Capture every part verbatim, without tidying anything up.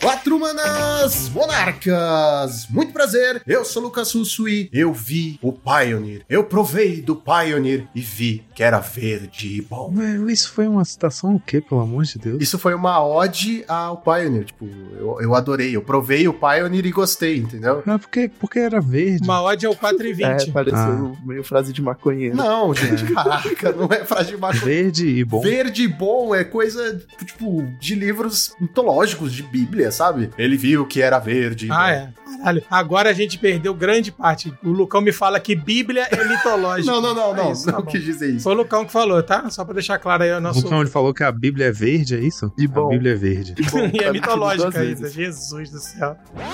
Patrumanas monarcas, muito prazer, eu sou Lucas Russo e eu vi o Pioneer, eu provei do Pioneer e vi que era verde e bom. Mas isso foi uma citação o quê, pelo amor de Deus? Isso foi uma ode ao Pioneer, tipo, eu, eu adorei, eu provei o Pioneer e gostei, entendeu? Ah, porque, porque era verde. Uma ode ao quatro e vinte. É, pareceu Ah. meio frase de maconheiro. Não, gente, caraca, não é frase de maconha. Verde e bom. Verde e bom é coisa, tipo, de livros mitológicos, de Bíblia, sabe? Ele viu que era verde. Ah, né? é. Caralho, agora a gente perdeu grande parte. O Lucão me fala que Bíblia é mitológica. Não, não, não, não, É isso, tá não bom. quis dizer isso. Foi o Lucão que falou, tá? Só pra deixar claro aí o O nosso... Lucão, ele falou que a Bíblia é verde, é isso? E bom. A Bíblia é verde. E bom, E é tá mitológica duas ainda. vezes. Jesus do céu.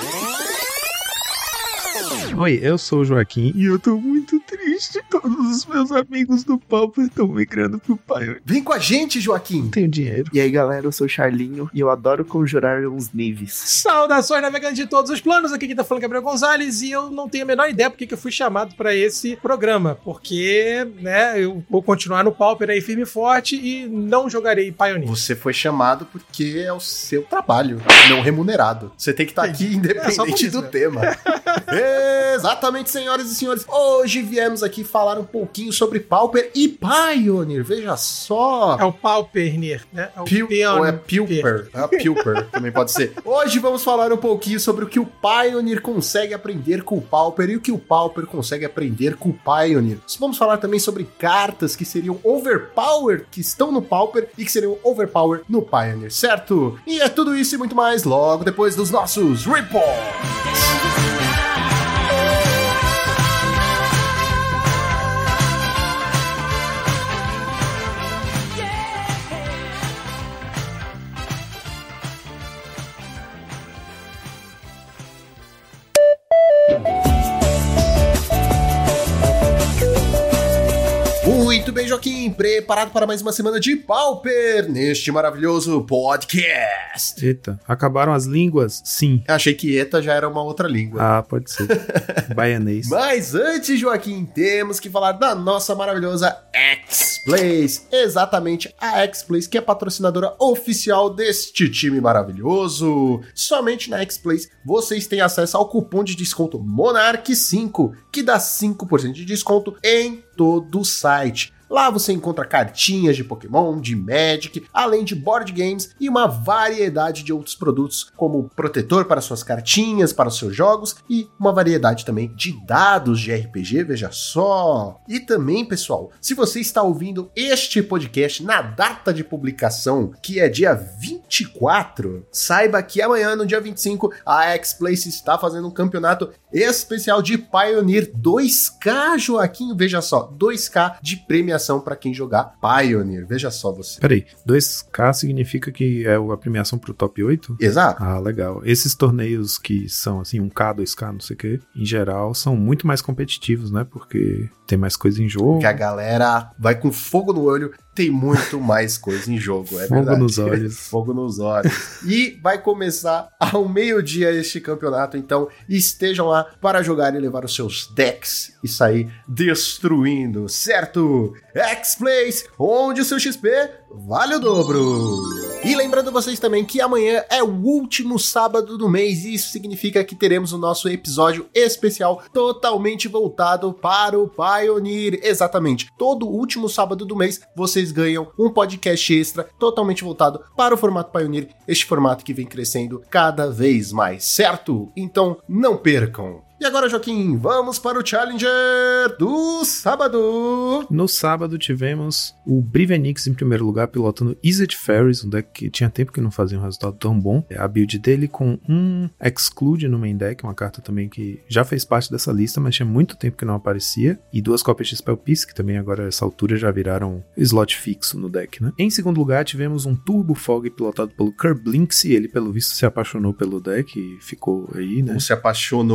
Oi, eu sou o Joaquim e eu tô muito triste. Todos os meus amigos do Pauper estão migrando pro Pioneer. Vem com a gente, Joaquim. Não tenho dinheiro. E aí, galera, eu sou o Charlinho e eu adoro conjurar uns níveis. Saudações, navegantes de todos os planos. Aqui quem tá falando é Gabriel Gonzalez e eu não tenho a menor ideia porque que eu fui chamado pra esse programa. Porque, né, eu vou continuar no Pauper aí firme e forte e não jogarei Pioneer. Você foi chamado porque é o seu trabalho, não remunerado. Você tem que estar aqui É, só por independente isso, do né? tema. Exatamente, senhoras e senhores. Hoje viemos aqui falar um pouquinho sobre Pauper e Pioneer. Veja só. É o Paupernier, né? É o Pil Pioneer. ou é Pilper? É Pilper, também pode ser. Hoje vamos falar um pouquinho sobre o que o Pioneer consegue aprender com o Pauper e o que o Pauper consegue aprender com o Pioneer. Vamos falar também sobre cartas que seriam overpower, que estão no Pauper e que seriam overpower no Pioneer, certo? E é tudo isso e muito mais logo depois dos nossos reports. Muito bem, Joaquim, preparado para mais uma semana de Pauper neste maravilhoso podcast. Eita, acabaram as línguas? Sim. Achei que ETA já era uma outra língua. Ah, pode ser. Baianês. Mas antes, Joaquim, temos que falar da nossa maravilhosa X-Plays. Exatamente, a X-Plays, que é patrocinadora oficial deste time maravilhoso. Somente na X-Plays vocês têm acesso ao cupom de desconto Monark cinco, que dá cinco por cento de desconto em todo o site. Lá você encontra cartinhas de Pokémon, de Magic, além de board games e uma variedade de outros produtos, como protetor para suas cartinhas, para os seus jogos e uma variedade também de dados de R P G, veja só. E também, pessoal, se você está ouvindo este podcast na data de publicação, que é dia vinte e quatro, saiba que amanhã, no dia vinte e cinco, a X-Place está fazendo um campeonato especial de Pioneer dois K, Joaquim, veja só, dois K de premiação para quem jogar Pioneer, veja só você. Peraí, dois K significa que é a premiação pro top oito? Exato. Ah, legal. Esses torneios que são assim, um K, dois K, não sei o que, em geral, são muito mais competitivos, né? Porque tem mais coisa em jogo. Porque a galera vai com fogo no olho, tem muito mais coisa em jogo, é Fogo verdade. nos olhos. Fogo nos olhos. E vai começar ao meio-dia este campeonato, então estejam lá para jogar e levar os seus decks e sair destruindo, certo? X-Plays, onde o seu X P vale o dobro. E lembrando vocês também que amanhã é o último sábado do mês e isso significa que teremos o nosso episódio especial totalmente voltado para o Pioneer. Exatamente, todo último sábado do mês vocês ganham um podcast extra totalmente voltado para o formato Pioneer, este formato que vem crescendo cada vez mais, certo? Então não percam. E agora, Joaquim, vamos para o Challenger do sábado. No sábado tivemos o Brivenix em primeiro lugar, pilotando Izzet Fairies, um deck que tinha tempo que não fazia um resultado tão bom. A build dele com um Exclude no main deck, uma carta também que já fez parte dessa lista, mas tinha muito tempo que não aparecia. E duas cópias de Spell Piece, que também agora, nessa altura, já viraram slot fixo no deck, né? Em segundo lugar, tivemos um Turbo Fog pilotado pelo Kerblinks, e ele, pelo visto, se apaixonou pelo deck e ficou aí, né? Ou se apaixonou, ou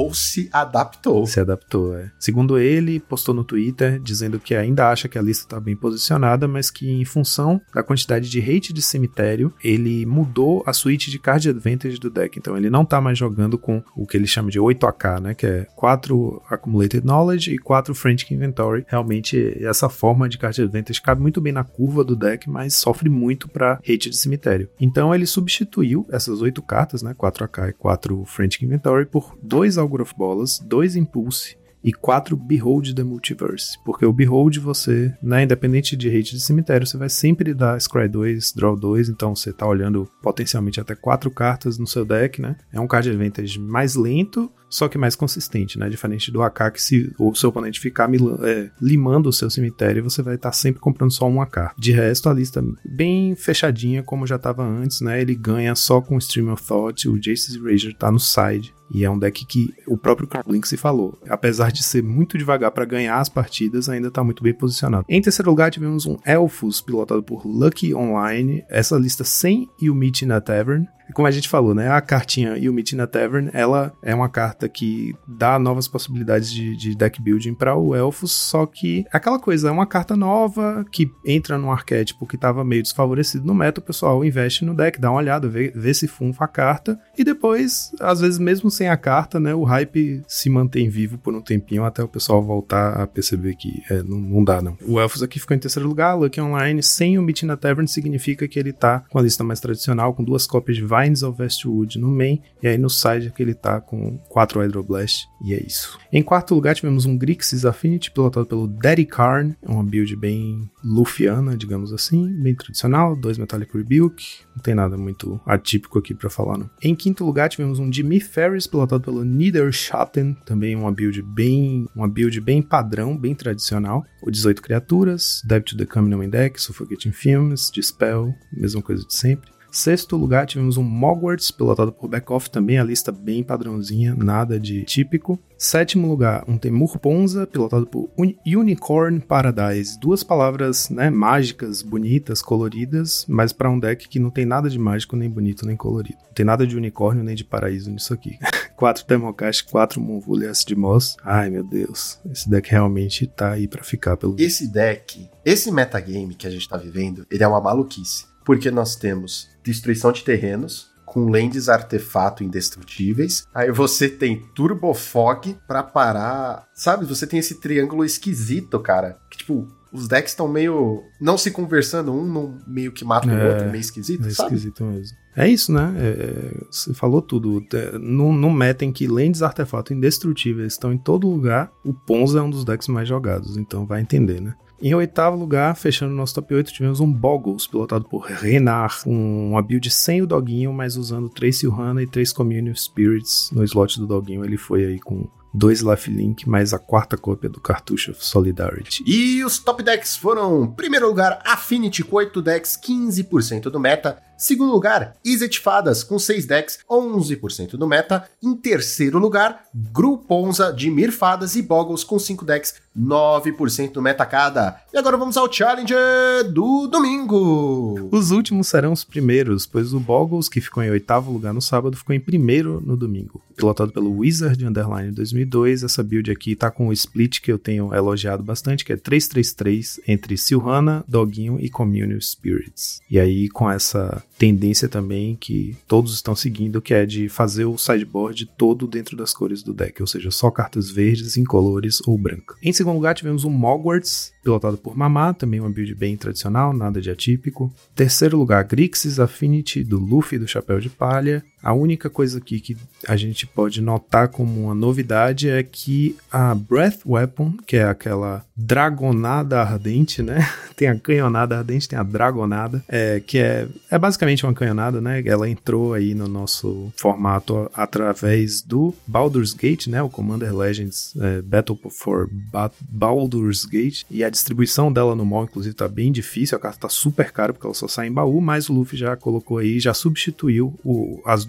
ou se adaptou. Se adaptou, é. Segundo ele, postou no Twitter dizendo que ainda acha que a lista tá bem posicionada, mas que em função da quantidade de hate de cemitério, ele mudou a suíte de card advantage do deck. Então ele não tá mais jogando com o que ele chama de oito A K, né? Que é quatro Accumulated Knowledge e quatro Frantic Inventory. Realmente, essa forma de card advantage cabe muito bem na curva do deck, mas sofre muito pra hate de cemitério. Então ele substituiu essas oito cartas, né? quatro A K e quatro Frantic Inventory por dois Augur of Bolas, dois Impulse e quatro Behold the Multiverse, porque o Behold você, né, independente de hate de cemitério, você vai sempre dar Scry dois, Draw dois, então você tá olhando potencialmente até quatro cartas no seu deck, né? É um card advantage mais lento, só que mais consistente, né? Diferente do A K, que se o seu oponente ficar é, limando o seu cemitério, você vai estar tá sempre comprando só um A K. De resto, a lista bem fechadinha, como já estava antes, né? Ele ganha só com o Stream of Thought, o Jace's Razor tá no side, e é um deck que o próprio Blink se falou. Apesar de ser muito devagar para ganhar as partidas, ainda tá muito bem posicionado. Em terceiro lugar, tivemos um Elfos, pilotado por Lucky Online, essa lista sem You Meet in a Tavern. Como a gente falou, né, a cartinha You Meet in a Tavern, ela é uma carta que dá novas possibilidades de, de deck building para o Elfos, só que é aquela coisa, é uma carta nova que entra num arquétipo que estava meio desfavorecido no meta, o pessoal investe no deck, dá uma olhada, vê, vê se funfa a carta, e depois, às vezes mesmo sem a carta, né, o hype se mantém vivo por um tempinho até o pessoal voltar a perceber que é, não, não dá não. O Elfos aqui ficou em terceiro lugar, Lucky Online, sem You Meet in a Tavern significa que ele tá com a lista mais tradicional, com duas cópias de Vines of Westwood no main, e aí no side que ele tá com quatro Hydroblast, e é isso. Em quarto lugar tivemos um Grixis Affinity, pilotado pelo Daddy Karn, uma build bem lufiana, digamos assim, bem tradicional, dois Metallic Rebuke, não tem nada muito atípico aqui pra falar não. Em quinto lugar tivemos um Jimmy Ferris, pilotado pelo Niederschatten, também uma build bem, uma build bem padrão, bem tradicional, o dezoito criaturas, Dive to the Coming Main Deck, Suffocating Fumes, Dispel, mesma coisa de sempre. Sexto lugar, tivemos um Mogwarts, pilotado por Backoff, também a lista bem padrãozinha, nada de típico. Sétimo lugar, um Temur Ponza, pilotado por Uni- Unicorn Paradise. Duas palavras, né, mágicas, bonitas, coloridas, mas para um deck que não tem nada de mágico, nem bonito, nem colorido. Não tem nada de unicórnio, nem de paraíso nisso aqui. quatro Thermocash, quatro Moonvule de Moss. Ai, meu Deus. Esse deck realmente tá aí pra ficar pelo... Esse deck, esse metagame que a gente tá vivendo, ele é uma maluquice. Porque nós temos destruição de terrenos com lands artefato indestrutíveis. Aí você tem Turbo Fog pra parar... Sabe, você tem esse triângulo esquisito, cara. Que, tipo, os decks estão meio... não se conversando, um não meio que mata o é, outro, meio esquisito, é sabe? esquisito mesmo. É isso, né? É, você falou tudo. É, no, no meta em que lands artefato indestrutíveis estão em todo lugar, o Ponza é um dos decks mais jogados, então vai entender, né? Em oitavo lugar, fechando o nosso top oito, tivemos um Boggles, pilotado por Renar, um, uma build sem o doguinho, mas usando três Silhana e três Communion Spirits no slot do doguinho. Ele foi aí com dois Lifelink, mais a quarta cópia do Cartouche of Solidarity. E os top decks foram, primeiro lugar, Affinity com oito decks, quinze por cento do meta. Segundo lugar, Izzet Fadas com seis decks, onze por cento do meta. Em terceiro lugar, Gru Ponza, Dimir Fadas e Boggles com cinco decks, nove por cento do meta cada. E agora vamos ao Challenger do domingo. Os últimos serão os primeiros, pois o Boggles, que ficou em oitavo lugar no sábado, ficou em primeiro no domingo. Pilotado pelo Wizard Underline dois mil e dois, essa build aqui tá com o split que eu tenho elogiado bastante, que é três três três entre Silhana, Doguinho e Communion Spirits. E aí com essa tendência também que todos estão seguindo, que é de fazer o sideboard todo dentro das cores do deck, ou seja, só cartas verdes, incolores ou branca. Em segundo lugar tivemos o Mogwarts, pilotado por Mamá, também uma build bem tradicional, nada de atípico. Terceiro lugar, Grixis Affinity, do Luffy do Chapéu de Palha. A única coisa aqui que a gente pode notar como uma novidade é que a Breath Weapon, que é aquela dragonada ardente, né? Tem a canhonada ardente, tem a dragonada, é, que é, é basicamente uma canhonada, né? Ela entrou aí no nosso formato através do Baldur's Gate, né? O Commander Legends é, Battle for ba- Baldur's Gate, e a distribuição dela no mall, inclusive, tá bem difícil, a carta tá super cara porque ela só sai em baú, mas o Luffy já colocou aí, já substituiu o, as duas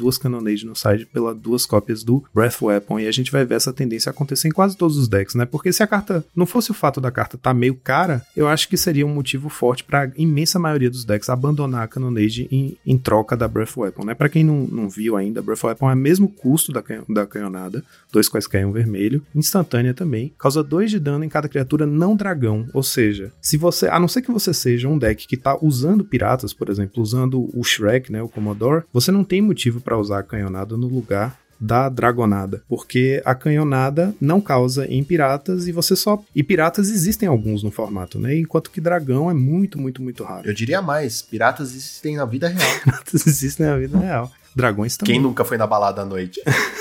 duas Cannonade no side pelas duas cópias do Breath Weapon, e a gente vai ver essa tendência acontecer em quase todos os decks, né? Porque se a carta, não fosse o fato da carta tá meio cara, eu acho que seria um motivo forte pra imensa maioria dos decks abandonar a Cannonade em, em troca da Breath Weapon, né? Pra quem não, não viu ainda, a Breath Weapon é o mesmo custo da, canho, da canhonada, dois quaisquer e um vermelho, instantânea também, causa dois de dano em cada criatura não dragão, ou seja, se você, a não ser que você seja um deck que tá usando piratas, por exemplo, usando o Shrek, né, o Commodore, você não tem motivo pra usar a canhonada no lugar da dragonada, porque a canhonada não causa em piratas e você só... E piratas existem alguns no formato, né? Enquanto que dragão é muito, muito, muito raro. Eu diria mais, piratas existem na vida real. Piratas existem na vida real. Dragões também. Quem nunca foi na balada à noite?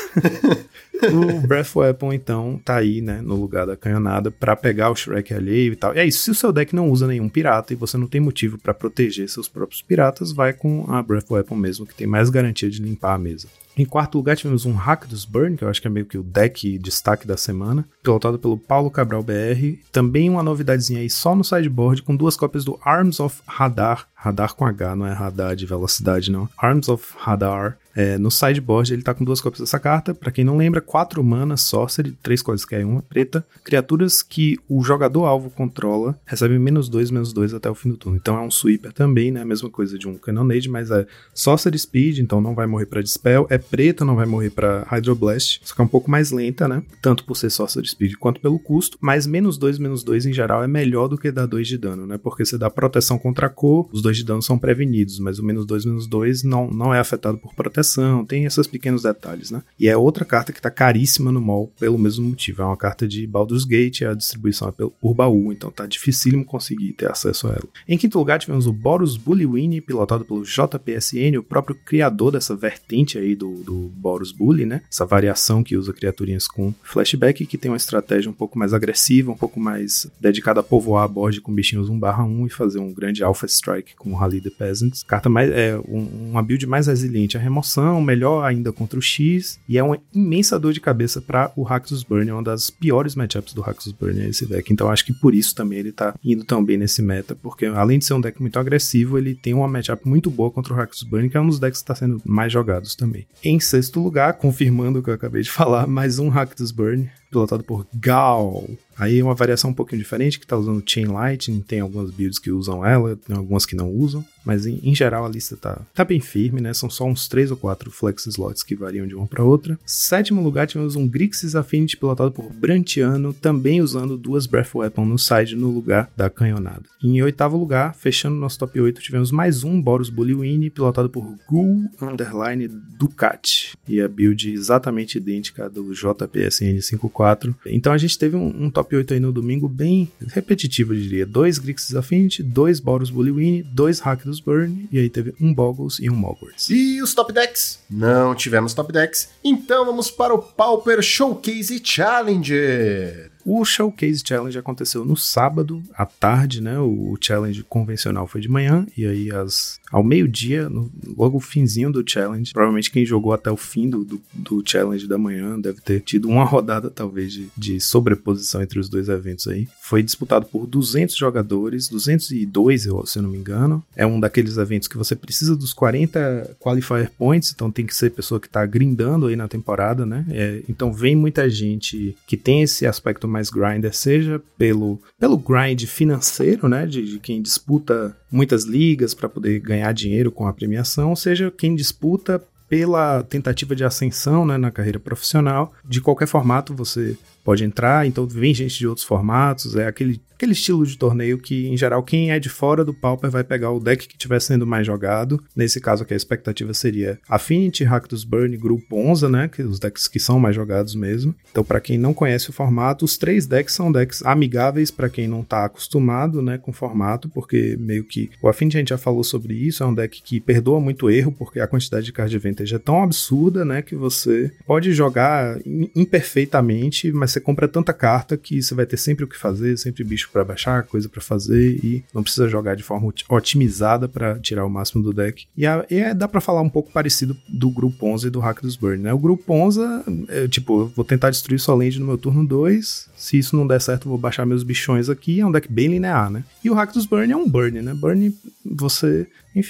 O Breath Weapon, então, tá aí, né, no lugar da canhonada pra pegar o Shrek alheio e tal. E é isso, se o seu deck não usa nenhum pirata e você não tem motivo pra proteger seus próprios piratas, vai com a Breath Weapon mesmo, que tem mais garantia de limpar a mesa. Em quarto lugar tivemos um Rakdos Burn, que eu acho que é meio que o deck destaque da semana, pilotado pelo Paulo Cabral B R. Também uma novidadezinha aí só no sideboard, com duas cópias do Arms of Hadar. Hadar com H, não é radar de velocidade, não. Arms of Hadar. É, no sideboard ele tá com duas cópias dessa carta. Pra quem não lembra, quatro mana, sorcery, três quaisquer e uma preta. Criaturas que o jogador alvo controla recebem menos dois, menos dois até o fim do turno. Então é um sweeper também, né? A mesma coisa de um Cannonade, mas é sorcery speed, então não vai morrer pra Dispel. É preta, não vai morrer pra Hydroblast. Só que é um pouco mais lenta, né? Tanto por ser sorcery speed quanto pelo custo. Mas menos dois, menos dois em geral é melhor do que dar dois de dano, né? Porque você dá proteção contra a cor, os dois de dano são prevenidos, mas o menos dois, menos dois não, não é afetado por proteção. Tem esses pequenos detalhes, né? E é outra carta que tá caríssima no mall pelo mesmo motivo. É uma carta de Baldur's Gate, a distribuição é por baú, então tá dificílimo conseguir ter acesso a ela. Em quinto lugar tivemos o Boros Bullywine, pilotado pelo J P S N, o próprio criador dessa vertente aí do, do Boros Bully, né? Essa variação que usa criaturinhas com flashback, que tem uma estratégia um pouco mais agressiva, um pouco mais dedicada a povoar a board com bichinhos um barra um e fazer um grande Alpha Strike com o Rally the Peasants. Carta mais, é um, uma build mais resiliente à remoção, melhor ainda contra o X, e é uma imensa dor de cabeça para o Rakdos Burn, é uma das piores matchups do Rakdos Burn é esse deck, então acho que por isso também ele tá indo tão bem nesse meta, porque além de ser um deck muito agressivo, ele tem uma matchup muito boa contra o Rakdos Burn, que é um dos decks que está sendo mais jogados também. Em sexto lugar, confirmando o que eu acabei de falar, mais um Rakdos Burn, pilotado por Gal. Aí é uma variação um pouquinho diferente, que tá usando Chain Lightning, tem algumas builds que usam ela, tem algumas que não usam, mas em, em geral a lista tá, tá bem firme, né? São só uns três ou quatro flex slots que variam de uma para outra. Sétimo lugar tivemos um Grixis Affinity pilotado por Brantiano, também usando duas Breath Weapon no side no lugar da canhonada. E em oitavo lugar, fechando nosso top oito, tivemos mais um Boros Bullywine pilotado por Ghoul Underline Ducat, e a build exatamente idêntica do J P S N cinquenta e quatro. Então a gente teve um, um top oito aí no domingo bem repetitivo, eu diria. Dois Grixis Affinity, dois Boros Bullywine, dois Rakdos Burn, e aí teve um Boggles e um Mogwarts. E os top decks? Não tivemos top decks, então vamos para o Pauper Showcase Challenger. O Showcase Challenge aconteceu no sábado, à tarde, né? O challenge convencional foi de manhã, e aí as, ao meio-dia, no, logo o finzinho do challenge, provavelmente quem jogou até o fim do, do, do challenge da manhã deve ter tido uma rodada, talvez, de, de sobreposição entre os dois eventos aí. Foi disputado por duzentos jogadores, duzentos e dois, eu, se eu não me engano. É um daqueles eventos que você precisa dos quarenta Qualifier Points, então tem que ser pessoa que tá grindando aí na temporada, né? É, então vem muita gente que tem esse aspecto mais grinder, seja pelo, pelo grind financeiro, né, de, de quem disputa muitas ligas para poder ganhar dinheiro com a premiação, seja quem disputa pela tentativa de ascensão, né, na carreira profissional. De qualquer formato você pode entrar, então vem gente de outros formatos, é aquele, aquele estilo de torneio que, em geral, quem é de fora do Pauper vai pegar o deck que estiver sendo mais jogado. Nesse caso aqui a expectativa seria Affinity, Rakdos Burn, Grupo Onza, né, que os decks que são mais jogados mesmo. Então, para quem não conhece o formato, os três decks são decks amigáveis para quem não tá acostumado, né, com o formato, porque meio que o Affinity a gente já falou sobre isso, é um deck que perdoa muito erro, porque a quantidade de card advantage é tão absurda, né, que você pode jogar imperfeitamente, mas você compra tanta carta que você vai ter sempre o que fazer, sempre bicho para baixar, coisa para fazer, e não precisa jogar de forma otimizada para tirar o máximo do deck. E, a, e é, dá para falar um pouco parecido do Grupo Onza e do Rakdos Burn, né? O Grupo Onza, é, tipo, eu vou tentar destruir sua land no meu turno dois, se isso não der certo eu vou baixar meus bichões aqui, é um deck bem linear, né? E o Rakdos Burn é um burn, né? Burn, você, enfim,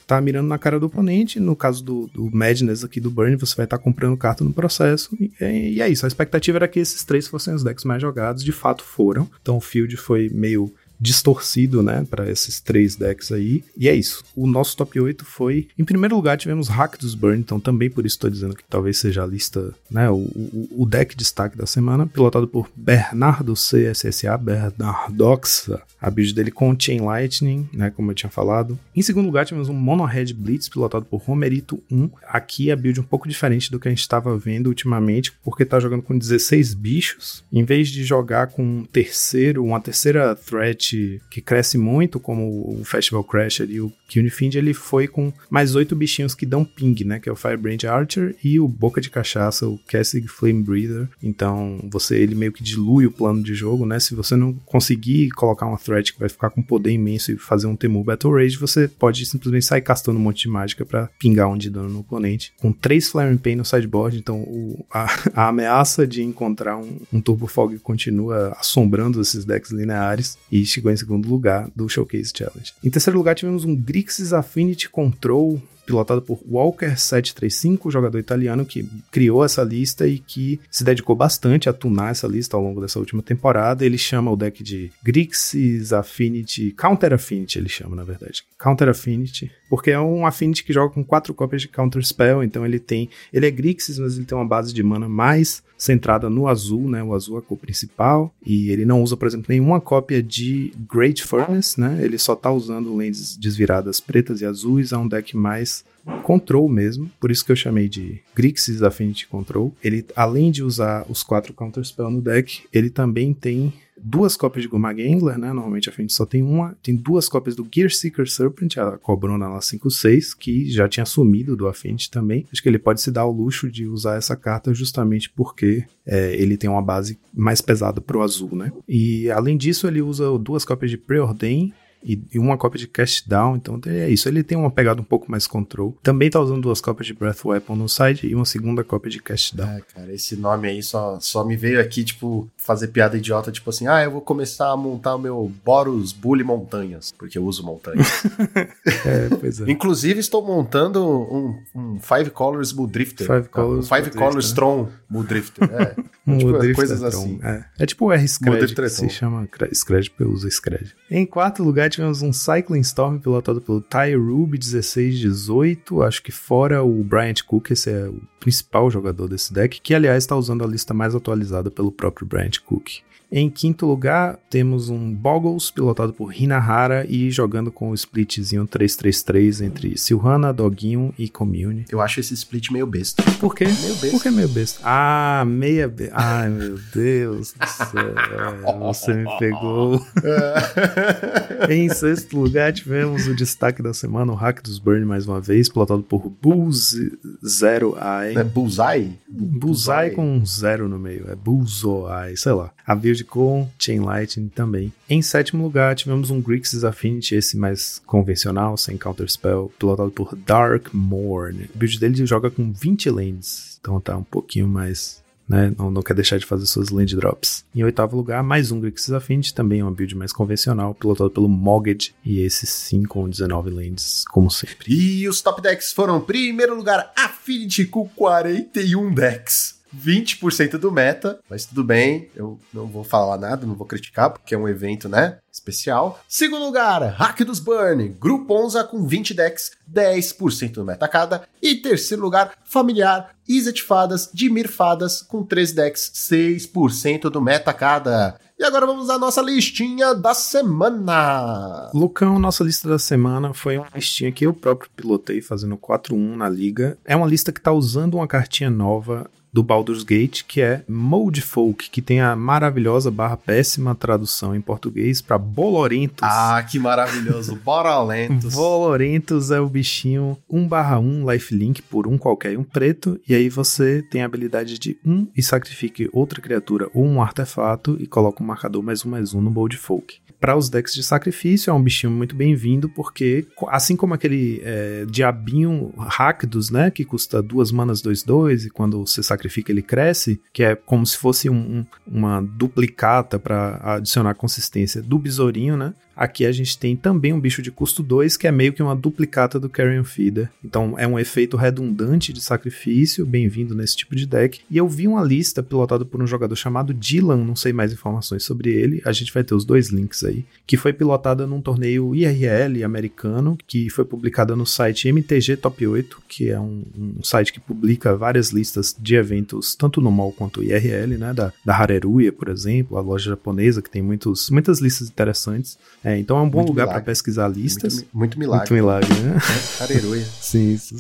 tá mirando na cara do oponente. No caso do, do Madness aqui do Burn, você vai estar tá comprando carta no processo. E, e é isso, a expectativa era que esses três fossem os decks mais jogados, de fato foram. Então o field foi meio distorcido, né, para esses três decks aí, e é isso. O nosso top oito foi, em primeiro lugar tivemos Rakdos Burn, então também por isso estou dizendo que talvez seja a lista, né, o, o, o deck destaque da semana, pilotado por Bernardo C S S A, Bernardoxa, a build dele com Chain Lightning, né, como eu tinha falado. Em segundo lugar tivemos um Mono Red Blitz, pilotado por Romerito um, aqui a build um pouco diferente do que a gente estava vendo ultimamente, porque tá jogando com dezesseis bichos, em vez de jogar com um terceiro, uma terceira threat que cresce muito, como o Festival Crasher e o Unifind, ele foi com mais oito bichinhos que dão ping, né, que é o Firebrand Archer e o Boca de Cachaça, o Cassig Flame Breather. Então, você, ele meio que dilui o plano de jogo, né, se você não conseguir colocar uma threat que vai ficar com poder imenso e fazer um Temu Battle Rage, você pode simplesmente sair castando um monte de mágica pra pingar um de dano no oponente. Com três Flaring Pain no sideboard, então o, a, a ameaça de encontrar um, um Turbo Fog continua assombrando esses decks lineares, e chegou em segundo lugar do Showcase Challenge. Em terceiro lugar tivemos um Grixis Affinity Control, pilotado por Walker sete três cinco, jogador italiano que criou essa lista e que se dedicou bastante a tunar essa lista ao longo dessa última temporada. Ele chama o deck de Grixis Affinity, Counter Affinity ele chama, na verdade. Counter Affinity, porque é um Affinity que joga com quatro cópias de Counter Spell, então ele tem, ele é Grixis, mas ele tem uma base de mana mais centrada no azul, né, o azul é a cor principal, e ele não usa, por exemplo, nenhuma cópia de Great Furnace, né, ele só tá usando lentes desviradas pretas e azuis, é um deck mais Control mesmo, por isso que eu chamei de Grixis Affinity Control. Ele, além de usar os quatro Counterspell no deck, ele também tem duas cópias de Gurmag Angler, né? Normalmente a Affinity só tem uma. Tem duas cópias do Gear Seeker Serpent, a Cobrona lá cinco seis, que já tinha sumido do Affinity também. Acho que ele pode se dar ao luxo de usar essa carta justamente porque é, ele tem uma base mais pesada pro azul, né? E além disso, ele usa duas cópias de Preordain e uma cópia de Cast Down, então é isso, ele tem uma pegada um pouco mais control. Também tá usando duas cópias de Breath Weapon no side e uma segunda cópia de Cast Down. É, cara, esse nome aí só, só me veio aqui, tipo, fazer piada idiota, tipo assim, ah, eu vou começar a montar o meu Boros Bully Montanhas, porque eu uso montanhas. É, pois é. Inclusive, estou montando um, um Five Colors Muldrifter. Five Colors, um Five Colors né? Tron Muldrifter, é. Um tipo, Muldrifter coisas Tron, assim. É. é tipo o R-Scred, que se chama Scred, porque eu uso Scred. Em quarto lugar, tivemos um Cycling Storm pilotado pelo Ty Rube dezesseis dezoito, acho que fora o Bryant Cook, esse é o principal jogador desse deck, que aliás está usando a lista mais atualizada pelo próprio Bryant Cook. Em quinto lugar, temos um Boggles, pilotado por Hinahara e jogando com o splitzinho três três três entre Silhana, Doguinho e Commune. Eu acho esse split meio besta. Por quê? Meio besta. Por que meio besta? Ah, meia besta. Ai, meu Deus do céu. Você me pegou. Em sexto lugar, tivemos o destaque da semana, o Rakdos Burn mais uma vez, pilotado por Bullseye. É Bullseye? Bullseye com um zero no meio. É Bullseye, sei lá. A build com Chain Lightning também. Em sétimo lugar, tivemos um Grixis Affinity, esse mais convencional, sem Counterspell, pilotado por Dark Morn. O build dele joga com vinte lands, então tá um pouquinho mais, né, não, não quer deixar de fazer suas land drops. Em oitavo lugar, mais um Grixis Affinity, também uma build mais convencional, pilotado pelo Mogged, e esse sim com dezenove lands, como sempre. E os top decks foram, primeiro lugar, Affinity com quarenta e um decks. vinte por cento do meta, mas tudo bem, eu não vou falar nada, não vou criticar, porque é um evento, né, especial. Segundo lugar, Rakdos Burn, Grupo Onza com vinte decks, dez por cento do meta cada. E terceiro lugar, Familiar, Izzet Fadas, Dimir Fadas com três decks, seis por cento do meta cada. E agora vamos à nossa listinha da semana. Lucão, nossa lista da semana foi uma listinha que eu próprio pilotei fazendo quatro um na liga. É uma lista que tá usando uma cartinha nova do Baldur's Gate, que é Moldfolk, que tem a maravilhosa barra péssima tradução em português para Bolorentos. Ah, que maravilhoso, Bolorentos. Bolorentos é o bichinho um barra um lifelink por um qualquer e um preto, e aí você tem a habilidade de um e sacrifique outra criatura ou um artefato e coloca um marcador mais um mais um no Moldfolk. Para os decks de sacrifício, é um bichinho muito bem-vindo, porque assim como aquele é, diabinho Rakdos, né, que custa duas manas dois dois, e quando você sacrifica sacrifica, ele cresce, que é como se fosse um, um, uma duplicata para adicionar consistência do besourinho, né? Aqui a gente tem também um bicho de custo dois, que é meio que uma duplicata do Carrion Feeder. Então é um efeito redundante de sacrifício, bem-vindo nesse tipo de deck. E eu vi uma lista pilotada por um jogador chamado Dylan, não sei mais informações sobre ele, a gente vai ter os dois links aí, que foi pilotada num torneio I R L americano, que foi publicada no site M T G Top oito, que é um, um site que publica várias listas de eventos, tanto no mall quanto I R L, né, da, da Hareruya, por exemplo, a loja japonesa, que tem muitos, muitas listas interessantes. É, então é um bom muito lugar para pesquisar listas. Muito, muito milagre. Muito milagre, né? É, Hareruya. Sim, isso.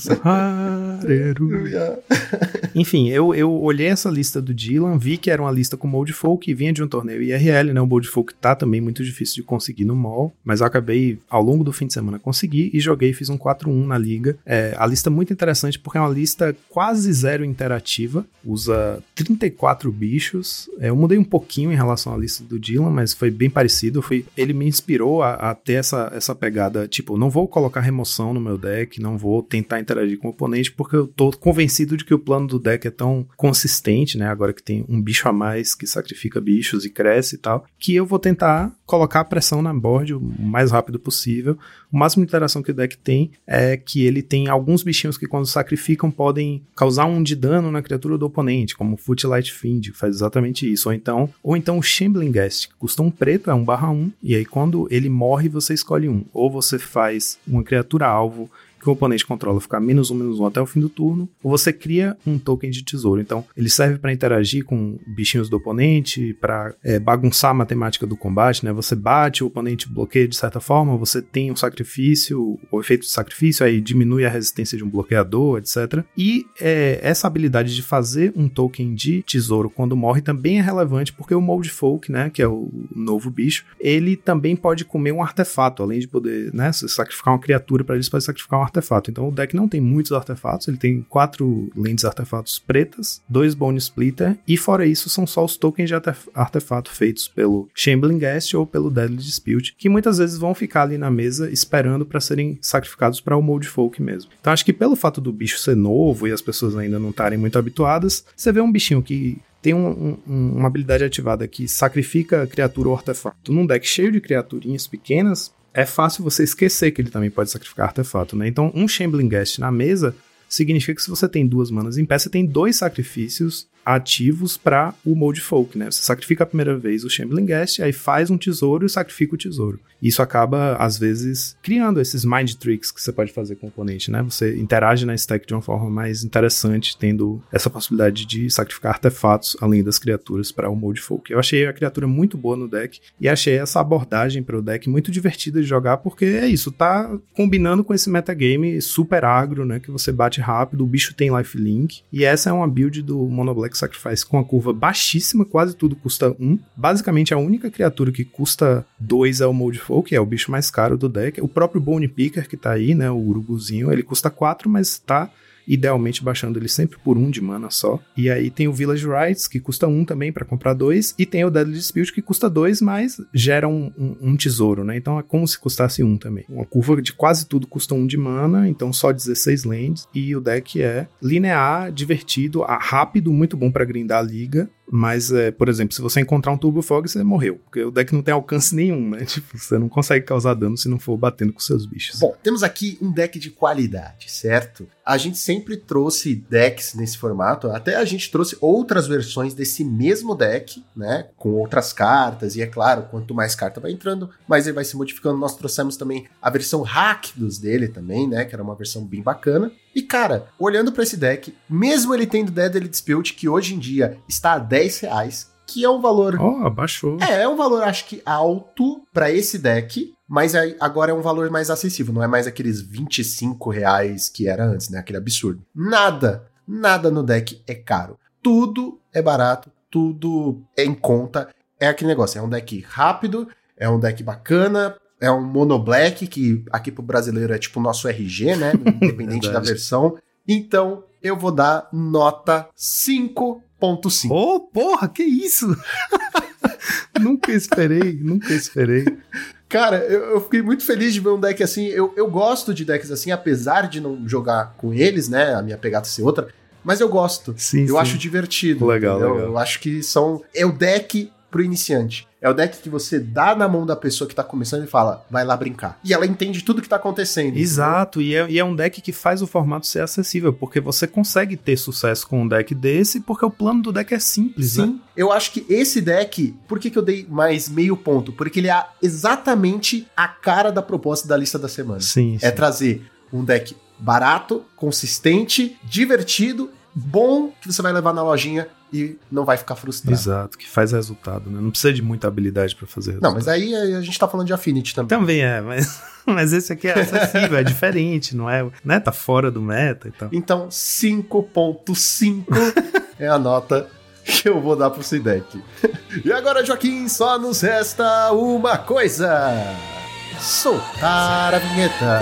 Hareruya. Enfim, eu, eu olhei essa lista do Dylan, vi que era uma lista com Mold Folk e vinha de um torneio I R L, né? O Mold Folk tá também muito difícil de conseguir no mall, mas eu acabei, ao longo do fim de semana, consegui e joguei, fiz um quatro um na liga. É, a lista é muito interessante porque é uma lista quase zero interativa, usa trinta e quatro bichos. É, eu mudei um pouquinho em relação à lista do Dylan, mas foi bem parecido. Foi, ele me inspirou A, a ter essa, essa pegada, tipo, não vou colocar remoção no meu deck, não vou tentar interagir com o oponente, porque eu tô convencido de que o plano do deck é tão consistente, né, agora que tem um bicho a mais que sacrifica bichos e cresce e tal, que eu vou tentar colocar a pressão na board o mais rápido possível. O máximo de interação que o deck tem é que ele tem alguns bichinhos que quando sacrificam podem causar um de dano na criatura do oponente, como o Footlight Fiend, que faz exatamente isso, ou então, ou então o Shambling Guest, que custa um preto, é um barra um, e aí quando ele morre, você escolhe um. Ou você faz uma criatura alvo que o oponente controla ficar menos um, menos um até o fim do turno, ou você cria um token de tesouro. Então, ele serve para interagir com bichinhos do oponente, para é, bagunçar a matemática do combate, né? Você bate, o oponente bloqueia de certa forma, você tem um sacrifício, o efeito de sacrifício, aí diminui a resistência de um bloqueador, etcétera. E é, essa habilidade de fazer um token de tesouro quando morre também é relevante, porque o Mold Folk, né, que é o novo bicho, ele também pode comer um artefato, além de poder, né, se sacrificar uma criatura para ele, você pode sacrificar um artefato. Então o deck não tem muitos artefatos, ele tem quatro lentes artefatos pretas, dois Bone Splitter, e fora isso são só os tokens de artefato feitos pelo Shambling Guest ou pelo Deadly Dispute, que muitas vezes vão ficar ali na mesa esperando para serem sacrificados para o Mold Folk mesmo. Então acho que pelo fato do bicho ser novo e as pessoas ainda não estarem muito habituadas, você vê um bichinho que tem um, um, uma habilidade ativada que sacrifica criatura ou artefato num deck cheio de criaturinhas pequenas, é fácil você esquecer que ele também pode sacrificar artefato, né? Então, um Shambling Guest na mesa significa que se você tem duas manas em pé, você tem dois sacrifícios ativos para o Mold Folk, né? Você sacrifica a primeira vez o Shambling Guest, aí faz um tesouro e sacrifica o tesouro. Isso acaba, às vezes, criando esses mind tricks que você pode fazer com o oponente, né? Você interage na stack de uma forma mais interessante, tendo essa possibilidade de sacrificar artefatos, além das criaturas, para o Mold Folk. Eu achei a criatura muito boa no deck, e achei essa abordagem para o deck muito divertida de jogar, porque é isso, tá combinando com esse metagame super agro, né? Que você bate rápido, o bicho tem lifelink, e essa é uma build do Mono Black Sacrifice com a curva baixíssima, quase tudo custa um. Basicamente, a única criatura que custa dois é o Mold Folk, que é o bicho mais caro do deck. O próprio Bone Picker que tá aí, né, o urubuzinho, ele custa quatro, mas tá idealmente baixando ele sempre por um de mana só. E aí tem o Village Rites, que custa um também para comprar dois, e tem o Deadly Dispute, que custa dois, mas gera um, um, um tesouro, né? Então é como se custasse um também. Uma curva de quase tudo custa um de mana, então só dezesseis lands, e o deck é linear, divertido, rápido, muito bom para grindar a liga. Mas, é, por exemplo, se você encontrar um Turbo Fog, você morreu, porque o deck não tem alcance nenhum, né? Tipo, você não consegue causar dano se não for batendo com seus bichos. Bom, temos aqui um deck de qualidade, certo? A gente sempre trouxe decks nesse formato, até a gente trouxe outras versões desse mesmo deck, né? Com outras cartas, e é claro, quanto mais carta vai entrando, mais ele vai se modificando. Nós trouxemos também a versão Rakdos dele também, né? Que era uma versão bem bacana. E, cara, olhando pra esse deck, mesmo ele tendo Deadly Dispute, que hoje em dia está a dez reais, que é um valor... Oh, abaixou. É, é um valor, acho que, alto pra esse deck, mas agora é um valor mais acessível, não é mais aqueles vinte e cinco reais que era antes, né? Aquele absurdo. Nada, nada no deck é caro. Tudo é barato, tudo é em conta. É aquele negócio, é um deck rápido, é um deck bacana... É um Mono Black, que aqui pro brasileiro é tipo o nosso R G, né? Independente da versão. Então, eu vou dar nota cinco ponto cinco. Ô, oh, porra, que isso? Nunca esperei, nunca esperei. Cara, eu, eu fiquei muito feliz de ver um deck assim. Eu, eu gosto de decks assim, apesar de não jogar com eles, né? A minha pegada ser outra. mas eu gosto. Sim, eu sim. acho divertido. Legal, entendeu? legal. Eu acho que são... É o deck pro iniciante. É o deck que você dá na mão da pessoa que tá começando e fala, vai lá brincar. E ela entende tudo que tá acontecendo. Exato, e é, e é um deck que faz o formato ser acessível, porque você consegue ter sucesso com um deck desse, porque o plano do deck é simples, Sim, né? eu acho que esse deck, por que, que eu dei mais meio ponto? Porque ele é exatamente a cara da proposta da lista da semana. Sim, É sim. trazer um deck barato, consistente, divertido, bom, que você vai levar na lojinha e não vai ficar frustrado. Exato, que faz resultado, né? Não precisa de muita habilidade pra fazer resultado. Não, mas aí a gente tá falando de Affinity também. Também é, mas, mas esse aqui é acessível, é diferente, não é? Né? Tá fora do meta e tal. Então, cinco ponto cinco é a nota que eu vou dar pro esse deck. E agora, Joaquim, só nos resta uma coisa: soltar a vinheta.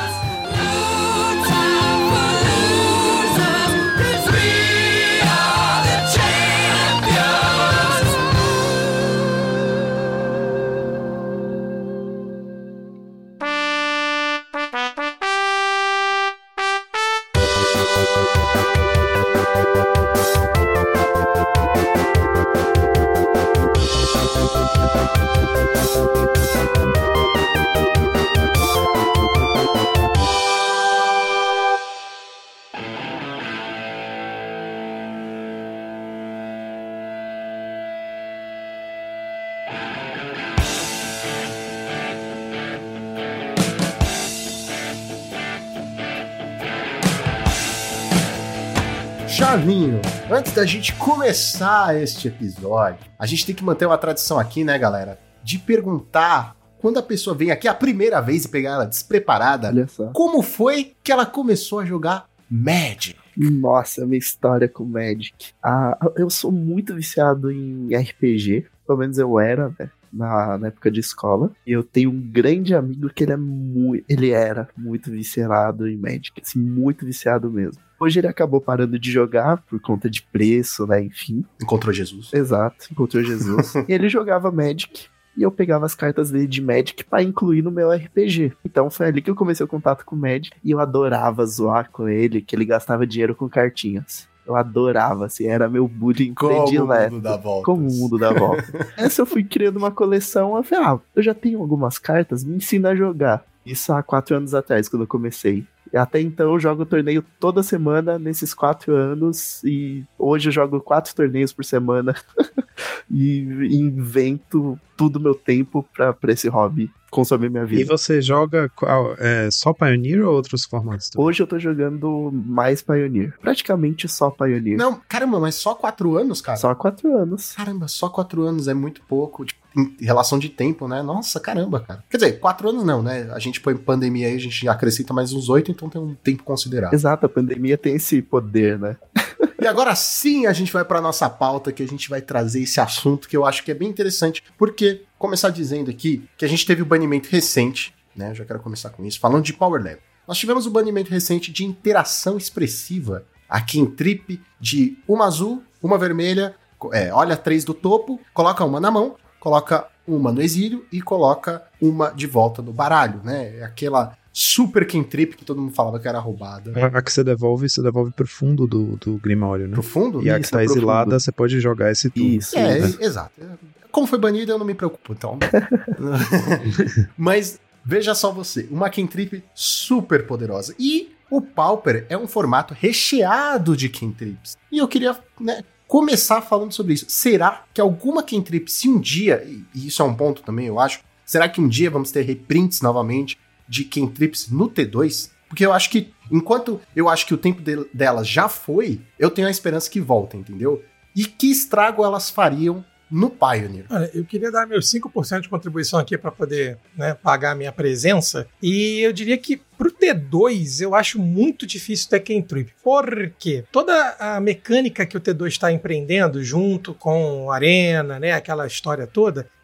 Charlinho, antes da gente começar este episódio, a gente tem que manter uma tradição aqui, né, galera? De perguntar, quando a pessoa vem aqui a primeira vez e pegar ela despreparada, Olha só. como foi que ela começou a jogar Magic? Nossa, minha história com Magic. Ah, eu sou muito viciado em R P G. Pelo menos eu era, né? Na, na época de escola. E eu tenho um grande amigo que ele é muito. Ele era muito viciado em Magic. Assim, muito viciado mesmo. Hoje ele acabou parando de jogar por conta de preço, né? Enfim. Encontrou Jesus. Exato, encontrou Jesus. E ele jogava Magic. E eu pegava as cartas dele de Magic pra incluir no meu R P G. Então foi ali que eu comecei o contato com o Magic. E eu adorava zoar com ele, que ele gastava dinheiro com cartinhas. Eu adorava, assim, era meu bullying predileto. Como o mundo dá voltas. Como o mundo dá volta. Essa eu fui criando uma coleção, eu falei, ah, eu já tenho algumas cartas, me ensina a jogar. Isso há quatro anos atrás, quando eu comecei. E até então eu jogo torneio toda semana nesses quatro anos. E hoje eu jogo quatro torneios por semana. E invento tudo meu tempo pra, pra esse hobby consumir minha vida. E você joga qual, é, só Pioneer ou outros formatos também? Hoje eu tô jogando mais Pioneer. Praticamente só Pioneer. Não, caramba, mas só quatro anos, cara? Só quatro anos. Caramba, só quatro anos é muito pouco, tipo, em relação de tempo, né? Nossa, caramba, cara. Quer dizer, quatro anos não, né? A gente põe pandemia aí, a gente acrescenta mais uns oito, então tem um tempo considerável. Exato, a pandemia tem esse poder, né? E agora sim a gente vai pra nossa pauta, que a gente vai trazer esse assunto que eu acho que é bem interessante, porque, começar dizendo aqui, que a gente teve o banimento recente, né? Eu já quero começar com isso, falando de Power Level. Nós tivemos o banimento recente de interação expressiva, aqui em Trip, de uma azul, uma vermelha, é, olha três do topo, coloca uma na mão, coloca uma no exílio e coloca uma de volta no baralho, né? É aquela super cantrip que todo mundo falava que era roubada. A, a que você devolve, você devolve pro fundo do, do Grimório, né? Pro fundo? E a que Isso, tá é profundo. exilada, você pode jogar esse turno. Isso. É, né? exato. Como foi banido, eu não me preocupo, então. Mas veja só você, uma cantrip super poderosa. E o Pauper é um formato recheado de cantrips. E eu queria, né, começar falando sobre isso. Será que alguma cantrip, se um dia, e isso é um ponto também, eu acho, será que um dia vamos ter reprints novamente de cantrips no T dois? Porque eu acho que, enquanto eu acho que o tempo de, delas já foi, eu tenho a esperança que voltem, entendeu? E que estrago elas fariam no Pioneer? Olha, eu queria dar meus cinco por cento de contribuição aqui para poder, né, pagar a minha presença. E eu diria que pro T dois eu acho muito difícil ter cantrip. Por quê? Toda a mecânica que o T dois está empreendendo junto com Arena, né, aquela história toda,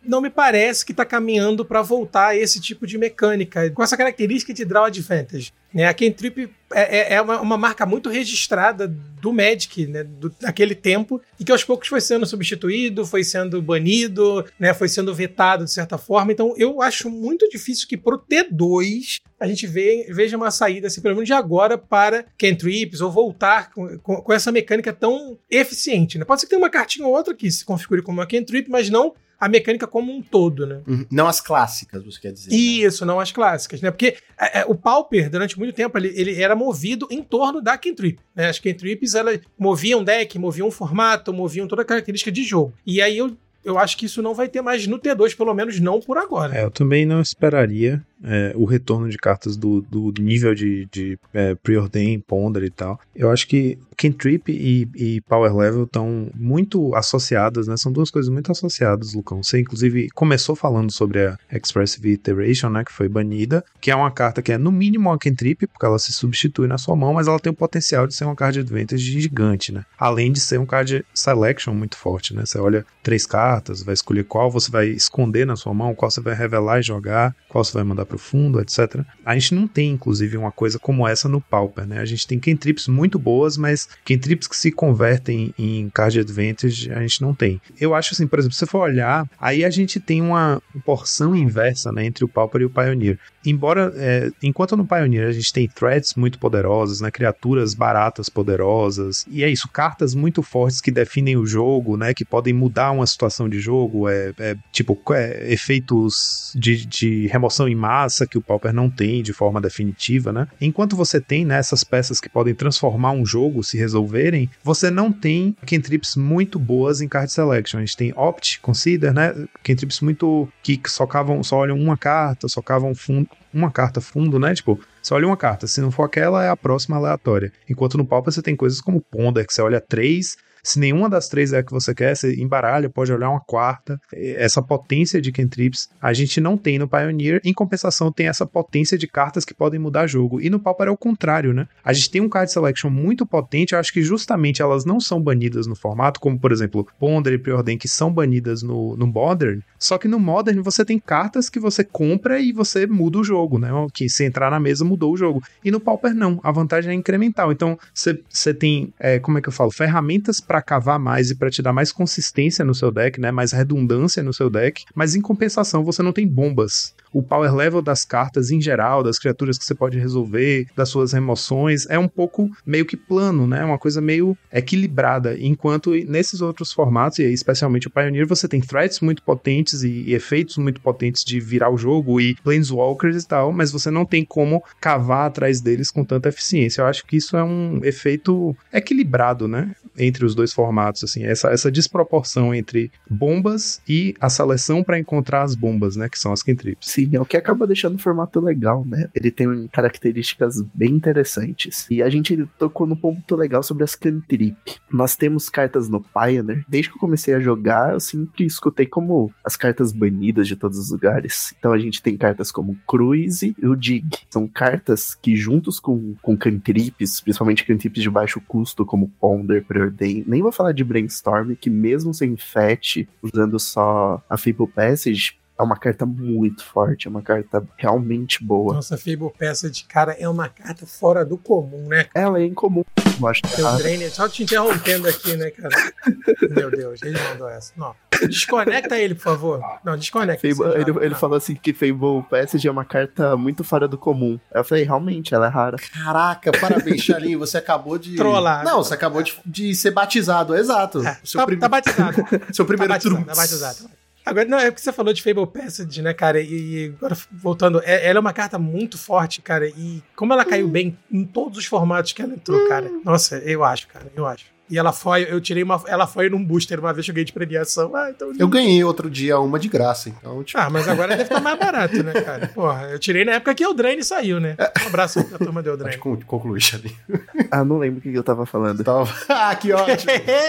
não me parece que tá caminhando para voltar a esse tipo de mecânica, com essa característica de draw advantage. Né? A Cantrip é, é uma, uma marca muito registrada do Magic, né? do, daquele tempo, e que aos poucos foi sendo substituído, foi sendo banido, né? Foi sendo vetado de certa forma. Então eu acho muito difícil que pro T dois a gente ve, veja uma saída, assim, pelo menos de agora, para Cantrips, ou voltar com, com, com essa mecânica tão eficiente. Né? Pode ser que tenha uma cartinha ou outra que se configure como uma Cantrip, mas não a mecânica como um todo, né? Uhum. Não as clássicas, você quer dizer. Isso, né? Não as clássicas, né? Porque é, é, o Pauper, durante muito tempo, ele, ele era movido em torno da Cantrip, né? As Cantrips, elas moviam deck, moviam formato, moviam toda a característica de jogo. E aí eu, eu acho que isso não vai ter mais no T dois, pelo menos não por agora. É, eu também não esperaria é, o retorno de cartas do, do nível de, de é, Preordain, Ponder e tal. Eu acho que Cantrip e, e Power Level estão muito associadas, né? São duas coisas muito associadas, Lucão. Você, inclusive, começou falando sobre a Expressive Iteration, né? Que foi banida, que é uma carta que é, no mínimo, uma Cantrip, porque ela se substitui na sua mão, mas ela tem o potencial de ser uma card advantage gigante, né? Além de ser um card selection muito forte, né? Você olha três cartas, vai escolher qual você vai esconder na sua mão, qual você vai revelar e jogar, qual você vai mandar pro fundo, etcétera. A gente não tem, inclusive, uma coisa como essa no Pauper, né? A gente tem Cantrips muito boas, mas Cantrips que se convertem em card advantage, a gente não tem. Eu acho assim, por exemplo, se você for olhar, aí a gente tem uma porção inversa, né, entre o Pauper e o Pioneer. Embora, é, enquanto no Pioneer a gente tem threats muito poderosas, né, criaturas baratas poderosas, e é isso, cartas muito fortes que definem o jogo, né, que podem mudar uma situação de jogo, é, é tipo, é, efeitos de, de remoção em massa que o Pauper não tem de forma definitiva, né. Enquanto você tem, né, essas peças que podem transformar um jogo, se resolverem, você não tem cantrips muito boas em card selection. A gente tem Opt, Consider, né, cantrips muito que só, cavam, só olham uma carta, só cavam fundo, uma carta fundo, né, tipo, você olha uma carta, se não for aquela, é a próxima aleatória. Enquanto no Pauper você tem coisas como Ponder, que você olha três, se nenhuma das três é a que você quer, você embaralha, pode olhar uma quarta. Essa potência de cantrips a gente não tem no Pioneer, em compensação tem essa potência de cartas que podem mudar jogo. E no Pauper é o contrário, né? A gente tem um card selection muito potente, eu acho que justamente elas não são banidas no formato, como por exemplo, Ponder e Preordain, que são banidas no, no Modern, só que no Modern você tem cartas que você compra e você muda o jogo, né? Que se entrar na mesa mudou o jogo. E no Pauper não, a vantagem é incremental. Então você tem, é, como é que eu falo, ferramentas para cavar mais e para te dar mais consistência no seu deck, né, mais redundância no seu deck, mas em compensação você não tem bombas. O power level das cartas em geral, das criaturas que você pode resolver, das suas remoções, é um pouco meio que plano, né, uma coisa meio equilibrada, enquanto nesses outros formatos, e especialmente o Pioneer, você tem threats muito potentes e, e efeitos muito potentes de virar o jogo e planeswalkers e tal, mas você não tem como cavar atrás deles com tanta eficiência. Eu acho que isso é um efeito equilibrado, né, entre os dois formatos, assim, essa, essa desproporção entre bombas e a seleção para encontrar as bombas, né, que são as cantrips. Sim, é o que acaba deixando o formato legal, né? Ele tem características bem interessantes. E a gente tocou no ponto legal sobre as cantrip. Nós temos cartas no Pioneer. Desde que eu comecei a jogar, eu sempre escutei como as cartas banidas de todos os lugares. Então a gente tem cartas como Cruise e o Dig. São cartas que juntos com, com cantrips, principalmente cantrips de baixo custo, como Ponder, Preordain, nem vou falar de Brainstorm, que mesmo sem fetch, usando só a Fable Passage, é uma carta muito forte, é uma carta realmente boa. Nossa, Fable Passage, cara, é uma carta fora do comum, né? Ela é incomum, eu acho. Tem o Drainer, só te interrompendo aqui, né, cara? Meu Deus, ele mandou essa. Não. Desconecta ele, por favor. Não, desconecta. Fable, ele, ele falou assim que Fable Passage é uma carta muito fora do comum. Eu falei, realmente, ela é rara. Caraca, parabéns, Chalinho, você acabou de... Trollar. Não, você acabou de, de ser batizado, exato. É, seu tá, prim... tá batizado. Seu primeiro tá batizado, truque. tá batizado. Agora, não, é porque você falou de Fable Passage, né, cara, e, e agora voltando, é, ela é uma carta muito forte, cara, e como ela caiu bem em todos os formatos que ela entrou, cara, nossa, eu acho, cara, eu acho. E ela foi, eu tirei uma, ela foi num booster uma vez que eu ganhei de premiação. Ah, então... Eu ganhei outro dia uma de graça, então... Tipo... Ah, mas agora deve estar mais barato, né, cara? Porra, eu tirei na época que o Eldraine saiu, né? Um abraço pra turma do Eldraine. Pode concluir, Chalinho. Ah, não lembro o que eu tava falando. Tava... Ah, que ótimo!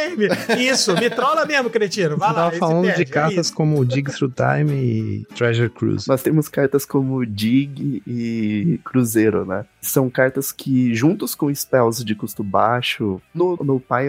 Isso, me trola mesmo, cretino. Vai Você lá. tava falando perde, de cartas é como Dig Through Time e Treasure Cruise. Nós temos cartas como Dig e Cruzeiro, né? São cartas que, juntos com spells de custo baixo, no, no Pioneer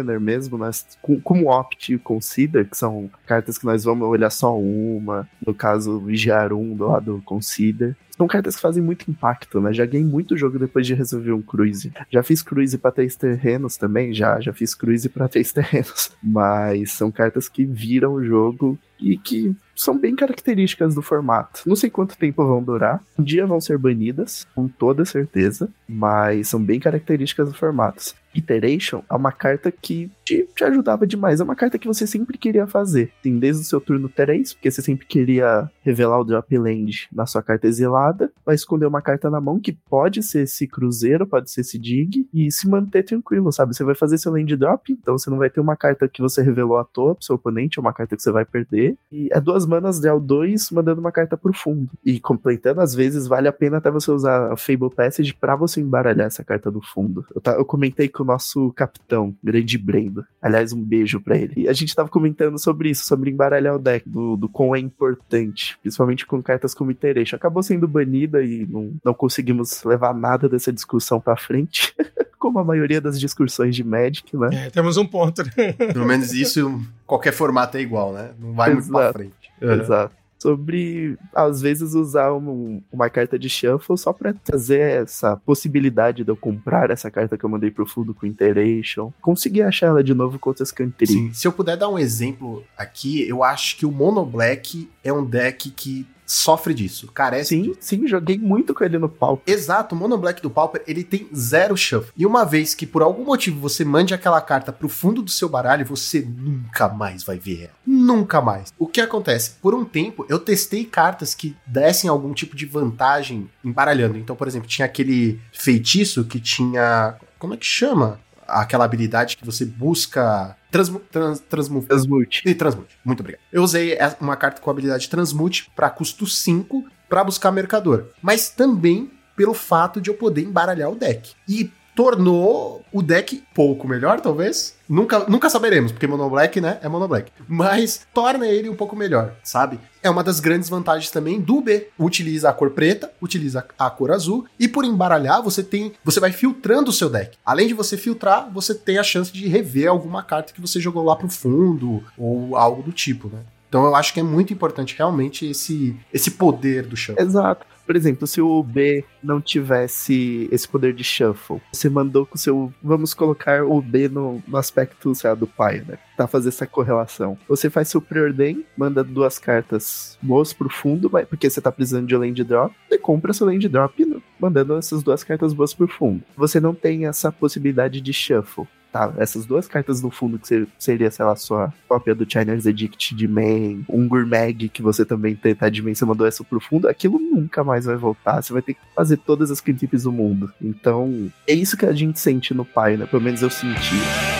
Pioneer mesmo, nós, com, como Opt e Consider, que são cartas que nós vamos olhar só uma, no caso, Vigiar um do lado do Consider. São cartas que fazem muito impacto, né? Já ganhei muito jogo depois de resolver um cruise. Já fiz cruise pra três terrenos também, já. Já fiz cruise pra três terrenos. Mas são cartas que viram o jogo e que são bem características do formato. Não sei quanto tempo vão durar. Um dia vão ser banidas, com toda certeza. Mas são bem características do formato. Iteration é uma carta que te, te ajudava demais. É uma carta que você sempre queria fazer. Tem desde o seu turno três, porque você sempre queria revelar o drop land na sua carta exilada. Vai esconder uma carta na mão que pode ser esse cruzeiro, pode ser esse dig, e se manter tranquilo, sabe? Você vai fazer seu land drop, então você não vai ter uma carta que você revelou à toa pro seu oponente, é uma carta que você vai perder. E é duas manas, draw dois, mandando uma carta pro fundo. E completando, às vezes, vale a pena até você usar a Fable Passage pra você embaralhar essa carta do fundo. Eu, tá, eu comentei com o nosso capitão, grande Brendo. Aliás, um beijo pra ele. E a gente tava comentando sobre isso, sobre embaralhar o deck, do, do quão é importante, principalmente com cartas como Iteration. Acabou sendo banida e não, não conseguimos levar nada dessa discussão pra frente. Como a maioria das discussões de Magic, né? É, temos um ponto. Pelo menos isso, qualquer formato é igual, né? Não vai muito pra frente. Uhum. Exato. Sobre, às vezes, usar um, uma carta de shuffle só pra trazer essa possibilidade de eu comprar essa carta que eu mandei pro fundo com Iteration. Conseguir achar ela de novo com outras country. Sim. Se eu puder dar um exemplo aqui, eu acho que o Mono Black é um deck que sofre disso, carece Sim, disso. sim, joguei muito com ele no Pauper. Exato, o Mono Black do Pauper, ele tem zero shuffle. E uma vez que por algum motivo você mande aquela carta pro fundo do seu baralho, você nunca mais vai ver ela. Nunca mais. O que acontece? Por um tempo, eu testei cartas que dessem algum tipo de vantagem embaralhando. Então, por exemplo, tinha aquele feitiço que tinha... Como é que chama? Aquela habilidade que você busca... Transmu trans transmute. Transmute. E transmute. Muito obrigado. Eu usei uma carta com a habilidade Transmute para custo cinco para buscar mercador. Mas também pelo fato de eu poder embaralhar o deck. E tornou o deck pouco melhor, talvez. Nunca, nunca saberemos, porque Mono Black, né, é Mono Black. Mas torna ele um pouco melhor, sabe? É uma das grandes vantagens também do B. Utiliza a cor preta, utiliza a cor azul, e por embaralhar, você tem, você vai filtrando o seu deck. Além de você filtrar, você tem a chance de rever alguma carta que você jogou lá pro fundo, ou algo do tipo, né? Então eu acho que é muito importante realmente esse, esse poder do shuffle. Exato. Por exemplo, se o B não tivesse esse poder de shuffle, você mandou com o seu... Vamos colocar o B no, no aspecto, sei lá, do pai, né? Tá fazer essa correlação. Você faz seu preordem, manda duas cartas boas pro fundo, porque você tá precisando de land drop, e compra seu land drop mandando essas duas cartas boas pro fundo. Você não tem essa possibilidade de shuffle. Tá, essas duas cartas no fundo, que seria, sei lá, sua cópia do China's Edict de main, um Gourmag que você também tá de main, você mandou essa pro fundo, aquilo nunca mais vai voltar, você vai ter que fazer todas as cantrips do mundo. Então, é isso que a gente sente no pai, né? Pelo menos eu senti.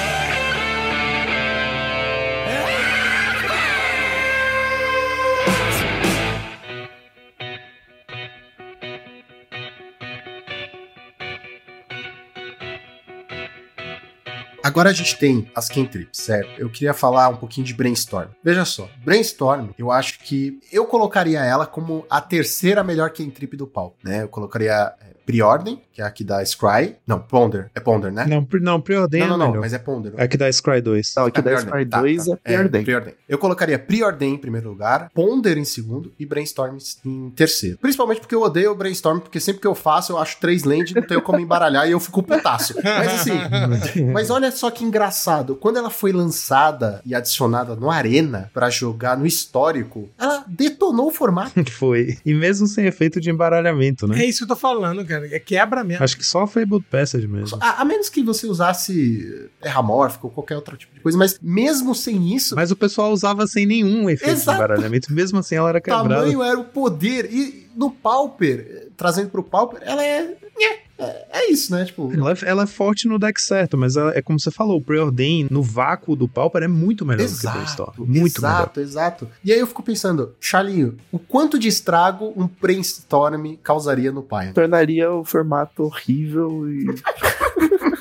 Agora a gente tem as cantrips, certo? Eu queria falar um pouquinho de Brainstorm. Veja só, Brainstorm, eu acho que eu colocaria ela como a terceira melhor cantrip do pau, né? Eu colocaria é, Preordem, que é a que dá Scry. Não, Ponder. É Ponder, né? Não, não Preordem não, é não, não, melhor. mas é Ponder. É a que dá Scry dois. Não, a que é dá Scry dois tá, tá. é Preordem. É, Preordem. Eu colocaria Preordem em primeiro lugar, Ponder em segundo e Brainstorm em terceiro. Principalmente porque eu odeio o Brainstorm, porque sempre que eu faço, eu acho três land, não tenho como embaralhar e eu fico putaço. Mas assim, mas olha só que engraçado. Quando ela foi lançada e adicionada no Arena pra jogar no histórico, ela detonou o formato. Foi. E mesmo sem efeito de embaralhamento, né? É isso que eu tô falando, cara. É quebra mesmo. Acho que só a Fabled Passage mesmo. A, a menos que você usasse Terramórfico ou qualquer outro tipo de coisa, mas mesmo sem isso... Mas o pessoal usava sem nenhum efeito Exato. de embaralhamento, mesmo assim ela era O quebrada. tamanho era o poder. E no Pauper, trazendo pro Pauper, ela é... É, é isso, né? Tipo... Ela, é, ela é forte no deck certo, mas ela, é como você falou, o Preordain no vácuo do Pauper é muito melhor exato, do que o Brainstorm. Muito exato, melhor. Exato, exato. E aí eu fico pensando, Charlinho, o quanto de estrago um Brainstorm causaria no Pioneer? Tornaria o formato horrível e...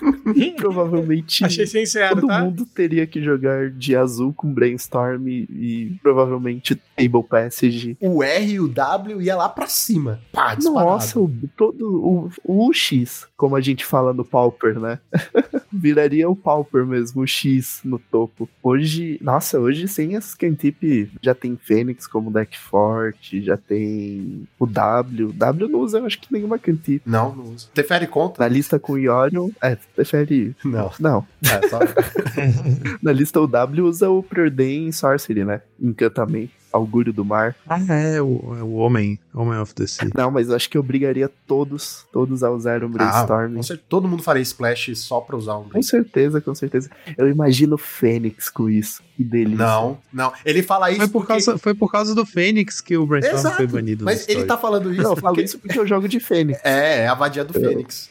Provavelmente Achei sincero, todo tá? mundo teria que jogar de azul com Brainstorm e, e provavelmente Table Passage. O R e o W ia lá pra cima. Pá, disparado. Nossa, o, todo, o, o X, como a gente fala no Pauper, né? Viraria o Pauper mesmo, o X no topo. Hoje, nossa, hoje sem as Cantip já tem Fênix como deck forte, já tem o W. O W não usa, eu acho que nenhuma Cantip. Não, não usa. Teferi conta? Na lista com o Yorion, é, Teferi. Não. Não. É, só... Na lista o W usa o Preordain Sorcery, né? Encantamento. Augúrio do Mar. Ah, é, o, é o Homem, Homem of the Sea. Não, mas eu acho que eu obrigaria todos, todos a usar um Brainstorm. Ah, com certeza, todo mundo faria Splash só pra usar um Com Brainstorm. certeza, com certeza. Eu imagino o Fênix com isso. Que delícia. Não, não. Ele fala isso Foi por, porque... causa, foi por causa do Fênix que o Brainstorm Exato, foi banido. mas ele tá falando isso Não, eu falo porque... isso porque eu jogo de Fênix. É, é a vadia do Fênix.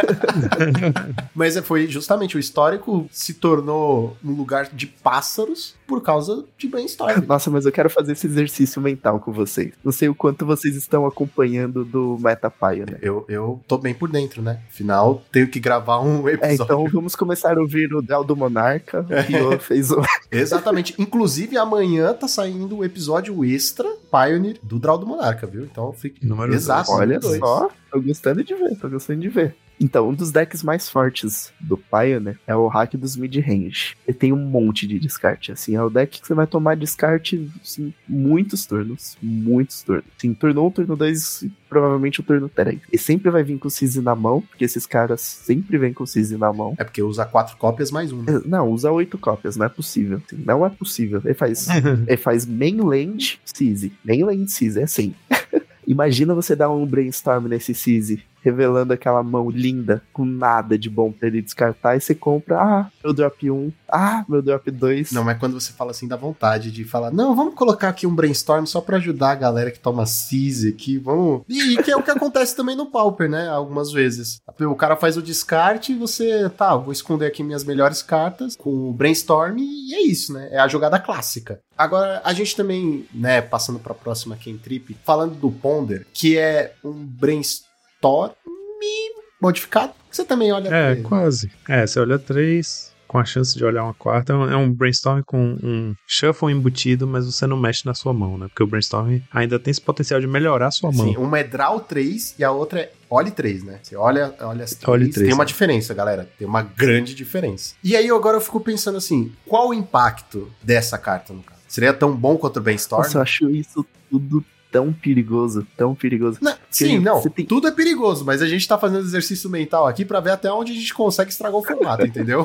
Mas foi justamente o histórico se tornou um lugar de pássaros por causa de Brainstorm. Nossa, mas eu quero fazer esse exercício mental com vocês. Não sei o quanto vocês estão acompanhando do MetaPio, né? Eu, eu tô bem por dentro, né? Afinal, tenho que gravar um episódio. É, então vamos começar a ouvir o Del do Monarca. O Pio fez o... Exatamente. Inclusive, amanhã tá saindo o episódio extra Pioneer do Draw do Monarca, viu? Então, fique... Número Exato. Olha dois. só, tô gostando de ver, tô gostando de ver. Então, um dos decks mais fortes do Pioneer é o hack dos mid-range. Ele tem um monte de descarte, assim, é o deck que você vai tomar descarte, assim, muitos turnos, muitos turnos. Assim, turno um, turno dois, provavelmente o turno três. E sempre vai vir com o Seize na mão, porque esses caras sempre vêm com o Seize na mão. É porque usa quatro cópias mais um. Né? Não, usa oito cópias, não é possível. Assim, não é possível. Ele faz, ele faz mainland Seize. Mainland Seize, é assim. Imagina você dar um Brainstorm nesse Seize, revelando aquela mão linda, com nada de bom pra ele descartar, e você compra, ah, meu drop um, ah, meu drop dois. Não, mas quando você fala assim, dá vontade de falar, não, vamos colocar aqui um Brainstorm só pra ajudar a galera que toma Seize aqui, vamos... E, e que é o que acontece também no Pauper, né, algumas vezes. O cara faz o descarte e você, tá, vou esconder aqui minhas melhores cartas com o Brainstorm e é isso, né, é a jogada clássica. Agora, a gente também, né, passando pra próxima Cantrip, falando do Ponder, que é um Brainstorm modificado, você também olha... É, pra... quase. É, você olha três, com a chance de olhar uma quarta. É um brainstorm com um shuffle embutido, mas você não mexe na sua mão, né? Porque o brainstorm ainda tem esse potencial de melhorar a sua mão. Sim, uma é draw três e a outra é olhe três, né? Você olha, olha as três, Olhe três, tem uma é. diferença, galera. Tem uma grande diferença. E aí agora eu fico pensando assim, qual o impacto dessa carta no caso? Seria tão bom quanto o Brainstorm? Nossa, eu acho isso tudo tão perigoso, tão perigoso. Não, sim, não, tem... tudo é perigoso, mas a gente tá fazendo exercício mental aqui pra ver até onde a gente consegue estragar o formato, entendeu?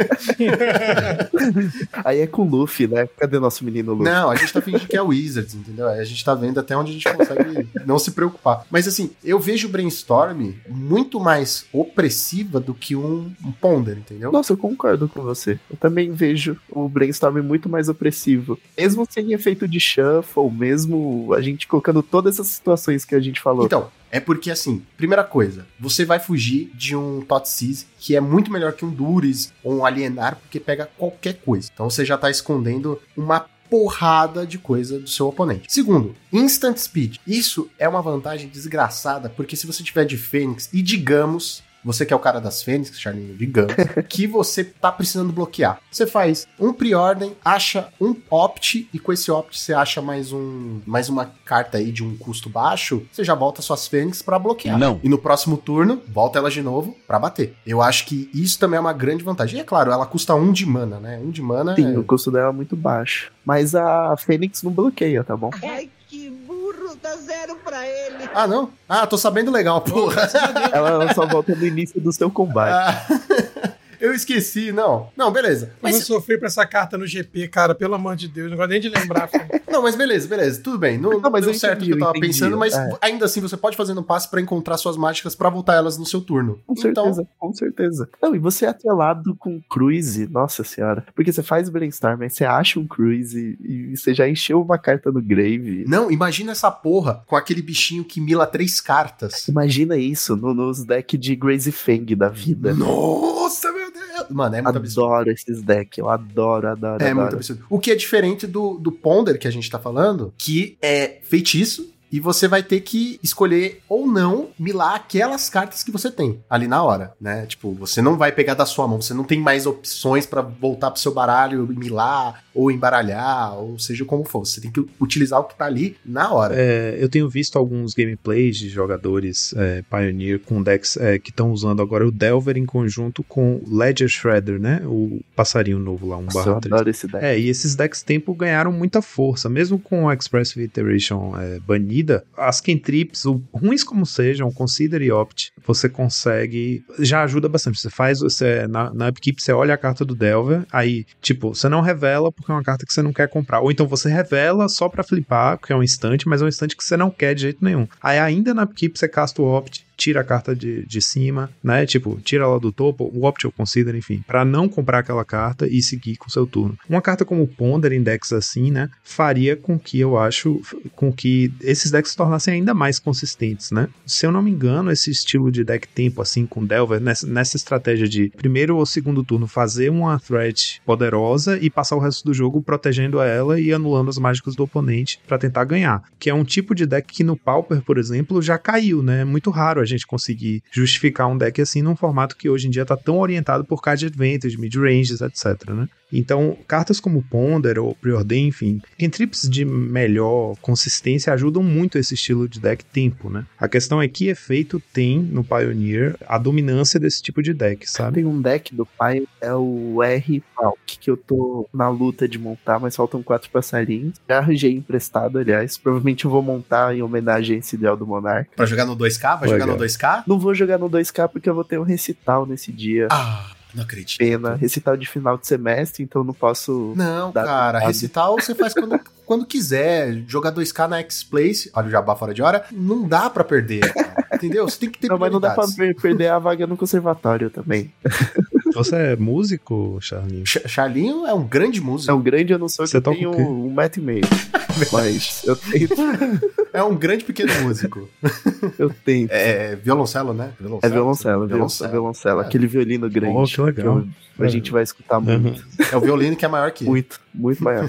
Aí é com o Luffy, né? Cadê nosso menino Luffy? Não, a gente tá fingindo que é Wizards, entendeu? Aí a gente tá vendo até onde a gente consegue não se preocupar. Mas assim, eu vejo o Brainstorm muito mais opressiva do que um, um Ponder, entendeu? Nossa, eu concordo com você. Eu também vejo o Brainstorm muito mais opressivo. Mesmo sem efeito de shuffle, mesmo a gente colocando todas essas situações que a gente falou. Então, é porque assim, primeira coisa, você vai fugir de um Thoughtseize que é muito melhor que um Duris ou um Alienar, porque pega qualquer coisa. Então você já tá escondendo uma porrada de coisa do seu oponente. Segundo, Instant Speed. Isso é uma vantagem desgraçada, porque se você tiver de Fênix, e digamos... Você que é o cara das Fênix, Charlinho, digamos, que você tá precisando bloquear. Você faz um Preordem, acha um Opt, e com esse Opt você acha mais, um, mais uma carta aí de um custo baixo, você já volta suas Fênix pra bloquear. Não. E no próximo turno, volta elas de novo pra bater. Eu acho que isso também é uma grande vantagem. E é claro, ela custa um de mana, né? Um de mana Sim, é... o custo dela é muito baixo. Mas a Fênix não bloqueia, tá bom? Ai, que burro, dá zero pra ele. Ah, não? Ah, tô sabendo legal, porra. Ela só volta no início do seu combate. Ah, eu esqueci, não. Não, beleza. Mas Mas eu sofri pra essa carta no G P, cara, pelo amor de Deus, não gosto nem de lembrar. Não, mas beleza, beleza, tudo bem. Não, Não, mas deu eu certo o entendi, que eu tava eu entendi, pensando, mas é. ainda assim você pode fazer no passe pra encontrar suas mágicas pra voltar elas no seu turno. Com certeza, Então, com certeza. Não, e você é atrelado com Cruise, nossa senhora. Porque você faz Brainstorm, aí você acha um Cruise e, e você já encheu uma carta no Grave. não, imagina essa porra com aquele bichinho que mila três cartas. Imagina isso no, nos decks de Crazy Fang da vida. Nossa, meu Deus. Mano, é muito absurdo. Adoro esses decks, eu adoro, adoro, É adoro. muito absurdo. O que é diferente do, do Ponder que a gente tá falando, que é feitiço, e você vai ter que escolher ou não milar aquelas cartas que você tem ali na hora, né? Tipo, você não vai pegar da sua mão, você não tem mais opções pra voltar pro seu baralho e milar ou embaralhar, ou seja como for. Você tem que utilizar o que tá ali na hora. É, eu tenho visto alguns gameplays de jogadores é, Pioneer com decks é, que estão usando agora o Delver em conjunto com o Ledger Shredder, né? O passarinho novo lá, um Nossa, barra eu adoro esse deck. É, e esses decks tempo ganharam muita força. Mesmo com o Expressive Iteration é, banida, as cantrips, o, ruins como sejam, Consider e Opt, você consegue... Já ajuda bastante. Você faz... Você, na, na upkeep, você olha a carta do Delver, aí, tipo, você não revela porque é uma carta que você não quer comprar. Ou então você revela só pra flipar, porque é um instante, mas é um instante que você não quer de jeito nenhum. Aí ainda na upkeep você casta o Opt, tira a carta de, de cima, né? Tipo, tira ela do topo, o Opt ou Consider, enfim, pra não comprar aquela carta e seguir com o seu turno. Uma carta como o Ponder em decks assim, né? Faria com que, eu acho, com que esses decks se tornassem ainda mais consistentes, né? Se eu não me engano, esse estilo de deck tempo, assim, com Delver, nessa, nessa estratégia de primeiro ou segundo turno fazer uma threat poderosa e passar o resto do jogo protegendo ela e anulando as mágicas do oponente pra tentar ganhar. Que é um tipo de deck que no Pauper, por exemplo, já caiu, né? É muito raro a gente conseguir justificar um deck assim num formato que hoje em dia tá tão orientado por card advantage, mid-ranges, etcétera, né? Então, cartas como Ponder ou Preordain, enfim, cantrips de melhor consistência ajudam muito esse estilo de deck tempo, né? A questão é que efeito tem no Pioneer a dominância desse tipo de deck, sabe? Tem um deck do Pioneer, é o R-Falk, que eu tô na luta de montar, mas faltam quatro passarinhos. Já arranjei emprestado, aliás. Provavelmente eu vou montar em homenagem a esse ideal do Monarca. Pra jogar no dois K? Vai Legal. jogar no dois K? Não vou jogar no dois K porque eu vou ter um recital nesse dia. Ah, não acredito. Pena. Recital de final de semestre, então não posso... Não, Dá cara, cuidado. recital você faz quando, quando quiser. Jogar dois K na X-Place, olha o jabá fora de hora, não dá pra perder, cara. Entendeu? Você tem que ter Não, mas não dá pra prioridades. per- perder a vaga no conservatório também. Você é músico, Charlinho? Ch- Charlinho é um grande músico. É um grande, eu não sou, que Você eu toca tenho o quê? um metro e meio. Mas eu tento, É um grande pequeno músico. eu tento. É violoncelo, né? É violoncelo, violoncelo, violoncelo. É. Aquele violino grande. Oh, que legal. eu- a gente vai escutar muito. Uhum. É o violino que é maior que ele. Muito, muito maior.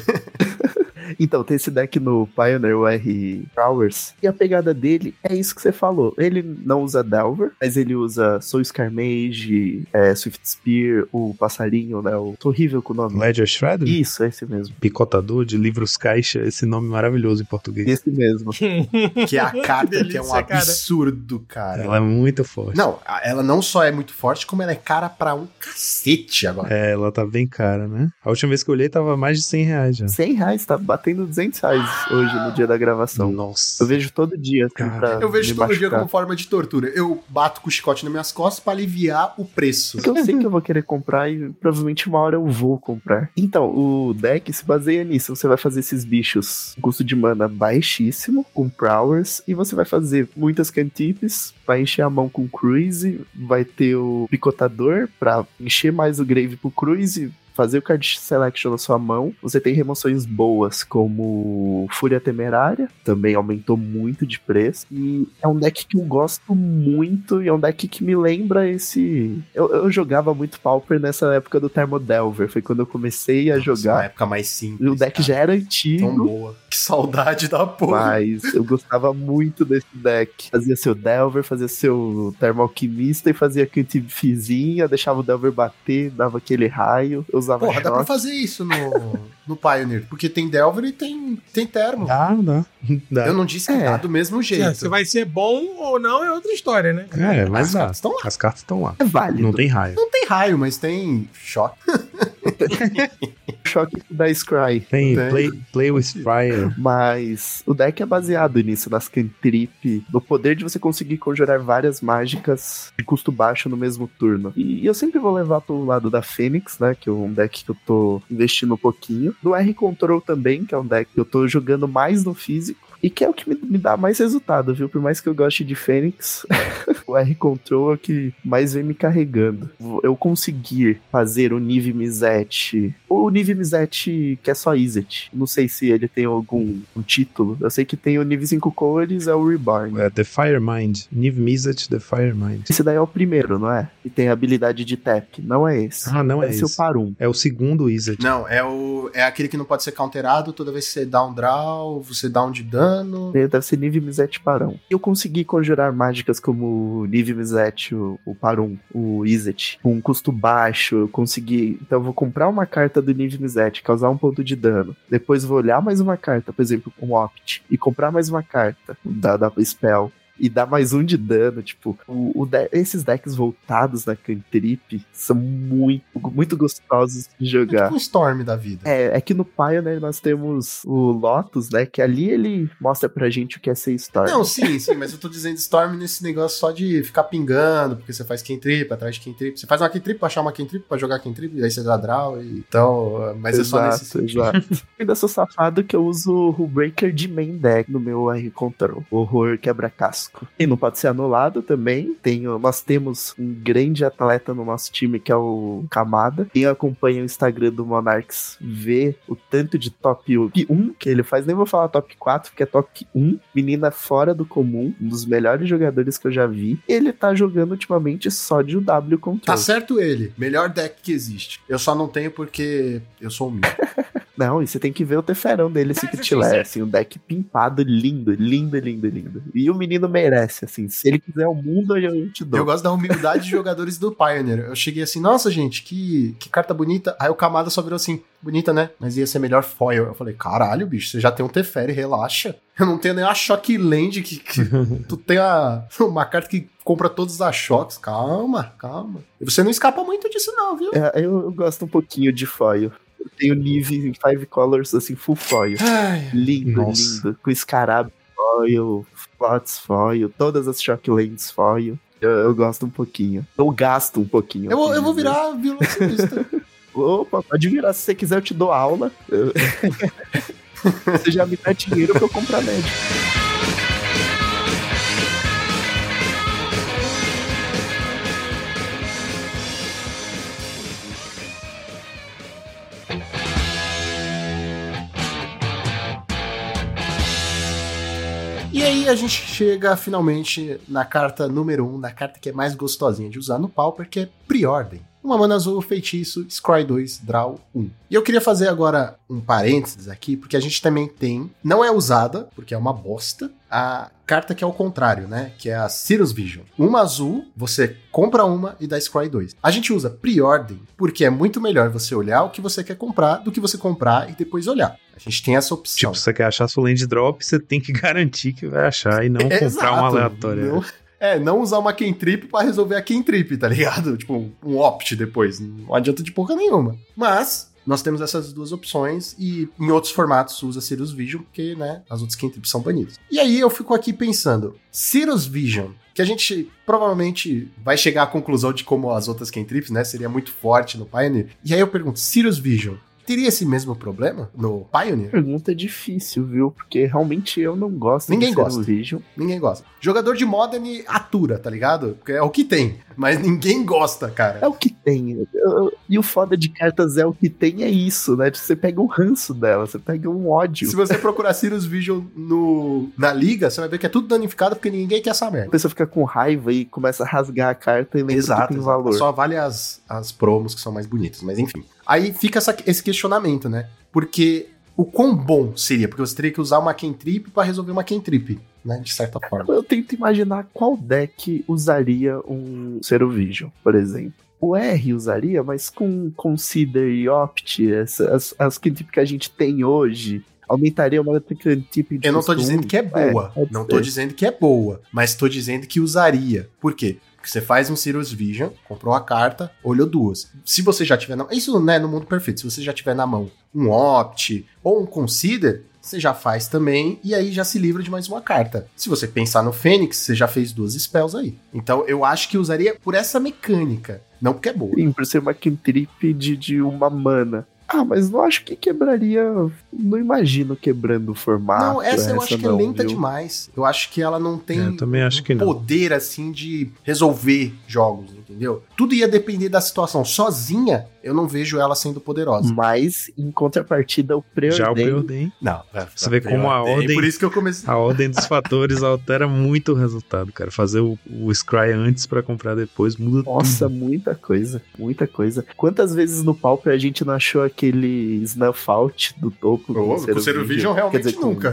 Então, tem esse deck no Pioneer, o R Powers, e a pegada dele é isso que você falou. Ele não usa Delver, mas ele usa Soul Scarmage, é, Swift Spear, o passarinho, né? O... Tô horrível com o nome. Ledger Shredder? Isso, é esse mesmo. Picotador de livros caixa, esse nome maravilhoso em português. Esse mesmo. Que é a carta que, delícia, é um cara. absurdo, cara. Ela é muito forte. Não, a- ela não só é muito forte, como ela é cara pra um cacete agora. É, ela tá bem cara, né? A última vez que eu olhei tava mais de cem reais já. cem reais, tá batendo duzentos reais hoje no dia da gravação. Nossa. Eu vejo todo dia, assim, Cara, pra Eu vejo me todo dia machucar. como forma de tortura. Eu bato com o chicote nas minhas costas pra aliviar o preço. Porque eu sei que eu vou querer comprar e provavelmente uma hora eu vou comprar. Então, o deck se baseia nisso. Você vai fazer esses bichos com custo de mana baixíssimo, com Prowers, e você vai fazer muitas cantips, vai encher a mão com Cruise, vai ter o Picotador pra encher mais o Grave pro Cruise, fazer o card selection na sua mão. Você tem remoções boas, como Fúria Temerária, também aumentou muito de preço. E é um deck que eu gosto muito, e é um deck que me lembra esse... Eu, eu jogava muito Pauper nessa época do Thermodelver, foi quando eu comecei a Nossa, uma jogar. época mais simples. E o deck cara. já era Tão antigo, boa. Que saudade da porra. mas eu gostava muito desse deck. Fazia seu Delver, fazia seu Termoalquimista e fazia Cantifizinha, deixava o Delver bater, dava aquele raio, eu usava Porra, dá pra choque. fazer isso no, no Pioneer. Porque tem Delver e tem, tem Termo. Dá, dá. dá. Eu não disse que É. dá do mesmo jeito. Se vai ser bom ou não é outra história, né? É, mas As dá. cartas estão lá. As cartas estão lá. É válido. Não tem raio. Não tem raio, mas tem choque. Choque da Scry. Tem Tem. Play, play with Fire. Mas o deck é baseado nisso, nas cantrip, no poder de você conseguir conjurar várias mágicas de custo baixo no mesmo turno. E eu sempre vou levar pro lado da Fênix, né, que é um deck que eu tô investindo um pouquinho. Do R-Control também, que é um deck que eu tô jogando mais no físico. E que é o que me, me dá mais resultado, viu? Por mais que eu goste de Fênix, o R-Control é o que mais vem me carregando. Eu conseguir fazer o Niv Mizzet, ou o Niv Mizzet que é só Izzet. Não sei se ele tem algum um título. Eu sei que tem o Niv cinco cores, é o Reborn. É The Firemind. Niv Mizzet The Firemind. Esse daí é o primeiro, não é? E tem a habilidade de tap. Não é esse. Ah, não é esse. É o esse. Parum. É o segundo Izzet. Não, é, o, é aquele que não pode ser counterado toda vez que você dá um draw, você dá um de dano. dano. Deve ser Niv Mizzet Parum. Eu consegui conjurar mágicas como Niv Mizzet, o, o Parum, o Izzet, com um custo baixo. Eu consegui. Então eu vou comprar uma carta do Niv Mizzet, causar um ponto de dano. Depois vou olhar mais uma carta, por exemplo, com Opt, e comprar mais uma carta da, da Spell. E dá mais um de dano, tipo, o, o de- esses decks voltados na cantrip são muito, muito gostosos de É jogar. tipo um Storm da vida. É, é que no Pioneer nós temos o Lotus, né, que ali ele mostra pra gente o que é ser Storm. Não, sim, sim, mas eu tô dizendo Storm nesse negócio só de ficar pingando, porque você faz cantrip, atrás de cantrip. Você faz uma cantrip pra achar uma cantrip, pra jogar cantrip, aí você dá draw, e... então... Mas exato, é só nesse sentido. Exato. Eu ainda sou safado que eu uso o Hullbreaker de main deck no meu R Control. Horror quebra-casco. E não pode ser anulado também. Tenho, nós temos um grande atleta no nosso time que é o Kamada. Quem acompanha o Instagram do Monarchs vê o tanto de top um que ele faz. Nem vou falar top quatro, porque é top um. Menina fora do comum. Um dos melhores jogadores que eu já vi. Ele tá jogando ultimamente só de U W Control. Tá certo ele. Melhor deck que existe. Eu só não tenho porque eu sou humilde. Não, e você tem que ver o teferão dele, esse que te leva, assim, um deck pimpado, lindo, lindo, lindo, lindo. E o menino merece, assim, se ele quiser o mundo, eu te dou. Eu gosto da humildade de jogadores do Pioneer. Eu cheguei assim, nossa, gente, que, que carta bonita. Aí o Kamada só virou assim, bonita, né? Mas ia ser melhor foil. Eu falei, caralho, bicho, você já tem um Teferi, relaxa. Eu não tenho nem a Shockland, que, que tu tem a, uma carta que compra todos os choques. Calma, calma. E você não escapa muito disso não, viu? É, eu, eu gosto um pouquinho de foil. Eu tenho Niv em Five Colors, assim, full foil. Ai, Lindo, nossa. lindo. Com Scarab foil, Flots foil, todas as Shocklands foil. Eu, eu gosto um pouquinho. Eu gasto um pouquinho. eu, vou- quer eu vou dizer. virar violoncelista. Opa, pode virar. Se você quiser, eu te dou aula. Eu- Você já me dá dinheiro pra eu comprar médico. E aí a gente chega finalmente na carta número um, na carta que é mais gostosinha de usar no Pauper, que é Preordem. Uma mana azul, feitiço, Scry dois, Draw um. E eu queria fazer agora um parênteses aqui, porque a gente também tem, não é usada, porque é uma bosta, a carta que é o contrário, né? Que é a Cirrus Vision. Uma azul, você compra uma e dá Scry dois. A gente usa Preordem porque é muito melhor você olhar o que você quer comprar do que você comprar e depois olhar. A gente tem essa opção. Tipo, você quer achar sua land drop, você tem que garantir que vai achar e não É, comprar exato. uma aleatória. Não- é, não usar uma cantrip pra resolver a cantrip, tá ligado? Tipo, um opt depois. Não adianta de porra nenhuma. Mas nós temos essas duas opções e em outros formatos usa Cirrus Vision, porque, né, as outras cantrips são banidas. E aí eu fico aqui pensando, Cirrus Vision, que a gente provavelmente vai chegar à conclusão de como as outras cantrips, né, seria muito forte no Pioneer. E aí eu pergunto, Cirrus Vision teria esse mesmo problema no Pioneer? Pergunta difícil, viu? Porque realmente eu não gosto Ninguém de gosta. Vision. Ninguém gosta. Jogador de Modern atura, tá ligado? Porque é o que tem. Mas ninguém gosta, cara. É o que tem. Eu- eu- E o foda de cartas é o que tem, é isso, né? Você pega um ranço dela, você pega um ódio. Se você procurar Cirrus Vision no, na liga, você vai ver que é tudo danificado porque ninguém quer essa A merda. pessoa fica com raiva e começa a rasgar a carta e lembra que tem valor. Só vale as, as promos que são mais bonitas, mas enfim. Aí fica essa- esse questionamento, né? Porque o quão bom seria? Porque você teria que usar uma cantrip pra resolver uma cantrip, né? De certa forma. Eu tento imaginar qual deck usaria um Zero Vision, por exemplo. O R usaria, mas com Consider e Opt, essa- as, as cantrip que a gente tem hoje, aumentaria uma cantrip de Eu não tô custo dizendo um? que é boa. pode não ser. tô dizendo que é boa, mas tô dizendo que usaria. Por quê? Porque você faz um Cirrus Vision, comprou a carta, olhou duas. Se você já tiver na isso, né, no mundo perfeito, se você já tiver na mão um Opt ou um Consider, você já faz também e aí já se livra de mais uma carta. Se você pensar no Fênix, você já fez duas spells aí. Então eu acho que usaria por essa mecânica, não porque é boa. Sim, por ser uma cantrip de, de uma mana. Ah, mas não acho que quebraria. Não imagino quebrando o formato. Não, essa eu acho que é não, lenta viu? demais. Eu acho que ela não tem É, eu também acho que não. poder, assim, de resolver jogos, entendeu? Tudo ia depender da situação. Sozinha, eu não vejo ela sendo poderosa. Mas, em contrapartida, o Já o Preordem... Preordem, Não. Você vê como a ordem- Por isso que eu comecei... a ordem dos fatores altera muito o resultado, cara. Fazer o, o Scry antes pra comprar depois muda Nossa, tudo. muita coisa, muita coisa. Quantas vezes no Pauper a gente não achou aquele Snuff Out do topo? Ô, com o Zero Vision, realmente Quer dizer, com- nunca.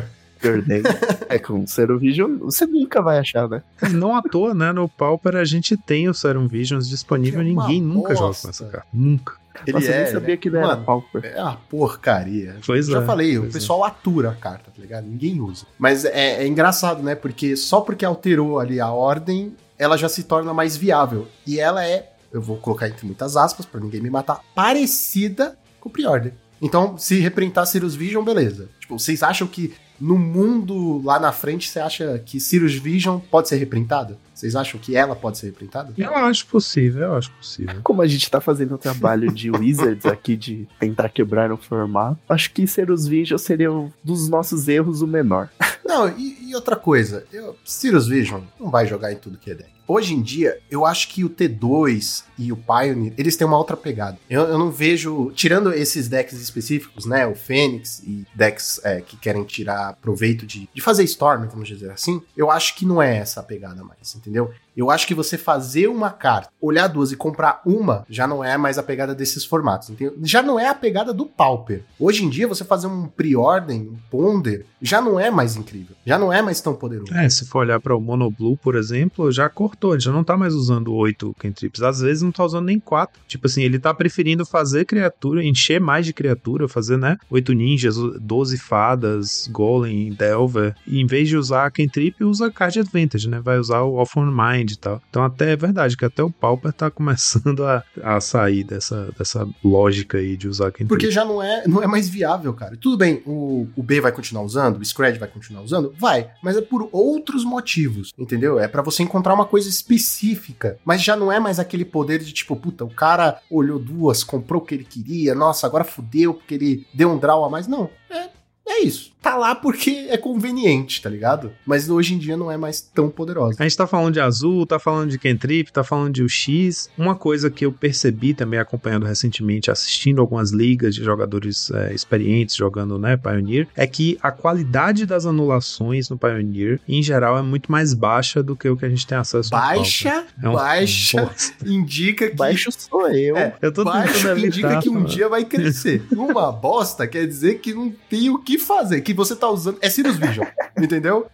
Your Day. É, com o Serum Vision você nunca vai achar, né? Não à toa, né? No Pauper a gente tem o Serum Visions disponível, Que é uma ninguém nunca joga bosta. com essa carta. Nunca. Ele Nossa, eu é, nem sabia né? que ele era Mano, Pauper. É uma porcaria. Pois Já é, falei, o pois pessoal atura a carta, tá ligado? Ninguém usa. Mas é, é engraçado, né? Porque só porque alterou ali a ordem, ela já se torna mais viável. E ela é, eu vou colocar entre muitas aspas pra ninguém me matar, parecida com o Pre-Order. Então, se reprintar Sirius Vision, beleza. Tipo, vocês acham que no mundo lá na frente, você acha que Sirius Vision pode ser reprintada? Vocês acham que ela pode ser reprintada? Eu acho possível, eu acho possível. Como a gente tá fazendo o trabalho de Wizards aqui, de tentar quebrar o formato, acho que Sirius Vision seria um dos nossos erros o menor. Não, e, e outra coisa, eu, Sirius Vision não vai jogar em tudo que é deck. Hoje em dia, eu acho que o T dois e o Pioneer, eles têm uma outra pegada. Eu, eu não vejo, tirando esses decks específicos, né, o Fênix e decks é, que querem tirar proveito de, de fazer Storm, vamos dizer assim, eu acho que não é essa a pegada mais, entendeu? Eu acho que você fazer uma carta, olhar duas e comprar uma, já não é mais a pegada desses formatos, entendeu? Já não é a pegada do Pauper. Hoje em dia, você fazer um Preordem, um Ponder, já não é mais incrível. Já não é mais tão poderoso. É, se for olhar para o Mono Blue, por exemplo, já cortou, ele já não tá mais usando oito cantrips. Às vezes não tá usando nem quatro. Tipo assim, ele tá preferindo fazer criatura, encher mais de criatura, fazer, né, oito ninjas, doze fadas, golem, delver, e em vez de usar cantrip, usa card advantage, né? Vai usar o Off on Mind e tal. Então até é verdade que até o Pauper tá começando a, a sair dessa, dessa lógica aí de usar cantrip. Porque já não é, não é mais viável, cara. Tudo bem, o, o B vai continuar usando, o Scred vai continuar usando? Vai, mas é por outros motivos, entendeu? É pra você encontrar uma coisa específica, mas já não é mais aquele poder de tipo, puta, o cara olhou duas, comprou o que ele queria, nossa, agora fudeu porque ele deu um draw a mais. Não, é, é isso. Tá lá porque é conveniente, tá ligado? Mas hoje em dia não é mais tão poderosa. A gente tá falando de azul, tá falando de cantrip, tá falando de U X. Uma coisa que eu percebi também acompanhando recentemente, assistindo algumas ligas de jogadores é, experientes jogando, né, Pioneer, é que a qualidade das anulações no Pioneer, em geral, é muito mais baixa do que o que a gente tem acesso Baixa, no é um, baixa, um indica que... Baixo sou eu. É, eu tô baixo indica que um mano. dia vai crescer. Uma bosta quer dizer que não tem o que fazer, que você tá usando... É Sirius Vision, entendeu?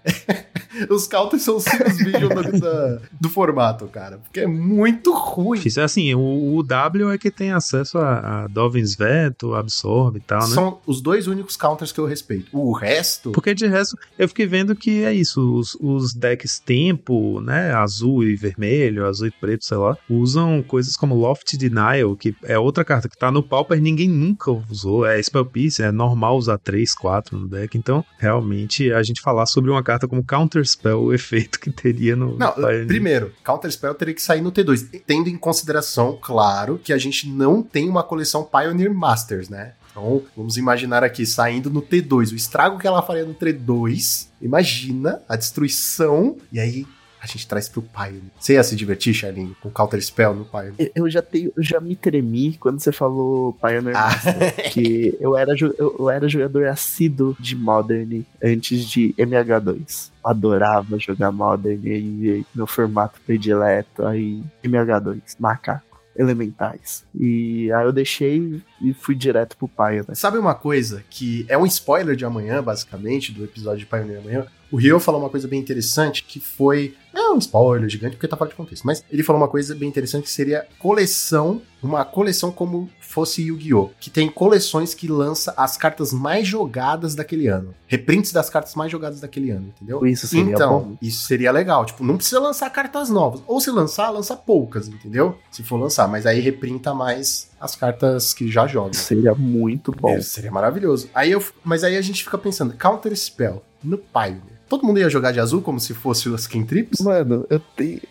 Os counters são Sirius Vision do, da, do formato, cara. Porque é muito ruim. Isso é assim, o, o W é que tem acesso a, a Dovin's Veto, Absorb e tal, né? São os dois únicos counters que eu respeito. O resto... Porque de resto, eu fiquei vendo que é isso, os, os decks tempo, né, azul e vermelho, azul e preto, sei lá, usam coisas como Loft Denial, que é outra carta que tá no Pauper, ninguém nunca usou, é Spell Piece, é normal usar três, quatro no deck, então, realmente, a gente falar sobre uma carta como Counterspell, o efeito que teria no... Não, no primeiro, Counterspell teria que sair no T dois, tendo em consideração, claro, que a gente não tem uma coleção Pioneer Masters, né? Então, vamos imaginar aqui, saindo no T dois, o estrago que ela faria no T dois, imagina a destruição, e aí a gente traz pro Pioneer. Você ia se divertir, Charlinho, com Counter Spell no Pioneer? Eu já tenho, eu já me tremi quando você falou Pioneer Ah. Master, que eu era, eu, eu era jogador assíduo de Modern antes de M H dois. Adorava jogar Modern e meu formato predileto aí M H dois, macaco. Elementais. E aí eu deixei e fui direto pro Pioneer. Sabe uma coisa que é um spoiler de amanhã, basicamente, do episódio de Pioneer amanhã? O Rio falou uma coisa bem interessante que foi... É um spoiler gigante porque tá fora de contexto, mas ele falou uma coisa bem interessante que seria coleção, uma coleção como fosse Yu-Gi-Oh! Que tem coleções que lança as cartas mais jogadas daquele ano. Reprints das cartas mais jogadas daquele ano, entendeu? Isso seria então, bom. isso seria legal. Tipo, não precisa lançar cartas novas. Ou se lançar, lança poucas, entendeu? Se for lançar, mas aí reprinta mais as cartas que já jogam. Seria muito bom. É, seria maravilhoso. Aí eu, mas aí a gente fica pensando, Counter Spell no Pioneer. Todo mundo ia jogar de azul como se fosse os cantrips? Mano, eu tenho...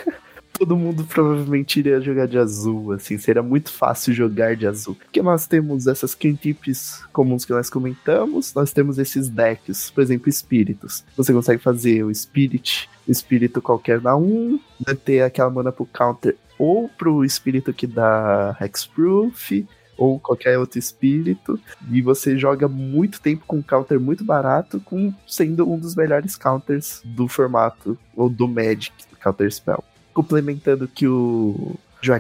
Todo mundo provavelmente iria jogar de azul, assim, seria muito fácil jogar de azul. Porque nós temos essas cantrips comuns que nós comentamos, nós temos esses decks, por exemplo, espíritos. Você consegue fazer o Spirit, o espírito qualquer na um, vai ter aquela mana pro counter ou pro espírito que dá Hexproof, ou qualquer outro espírito, e você joga muito tempo com um counter muito barato, com, sendo um dos melhores counters do formato, ou do Magic, Counter Spell. Complementando o que o Joaquim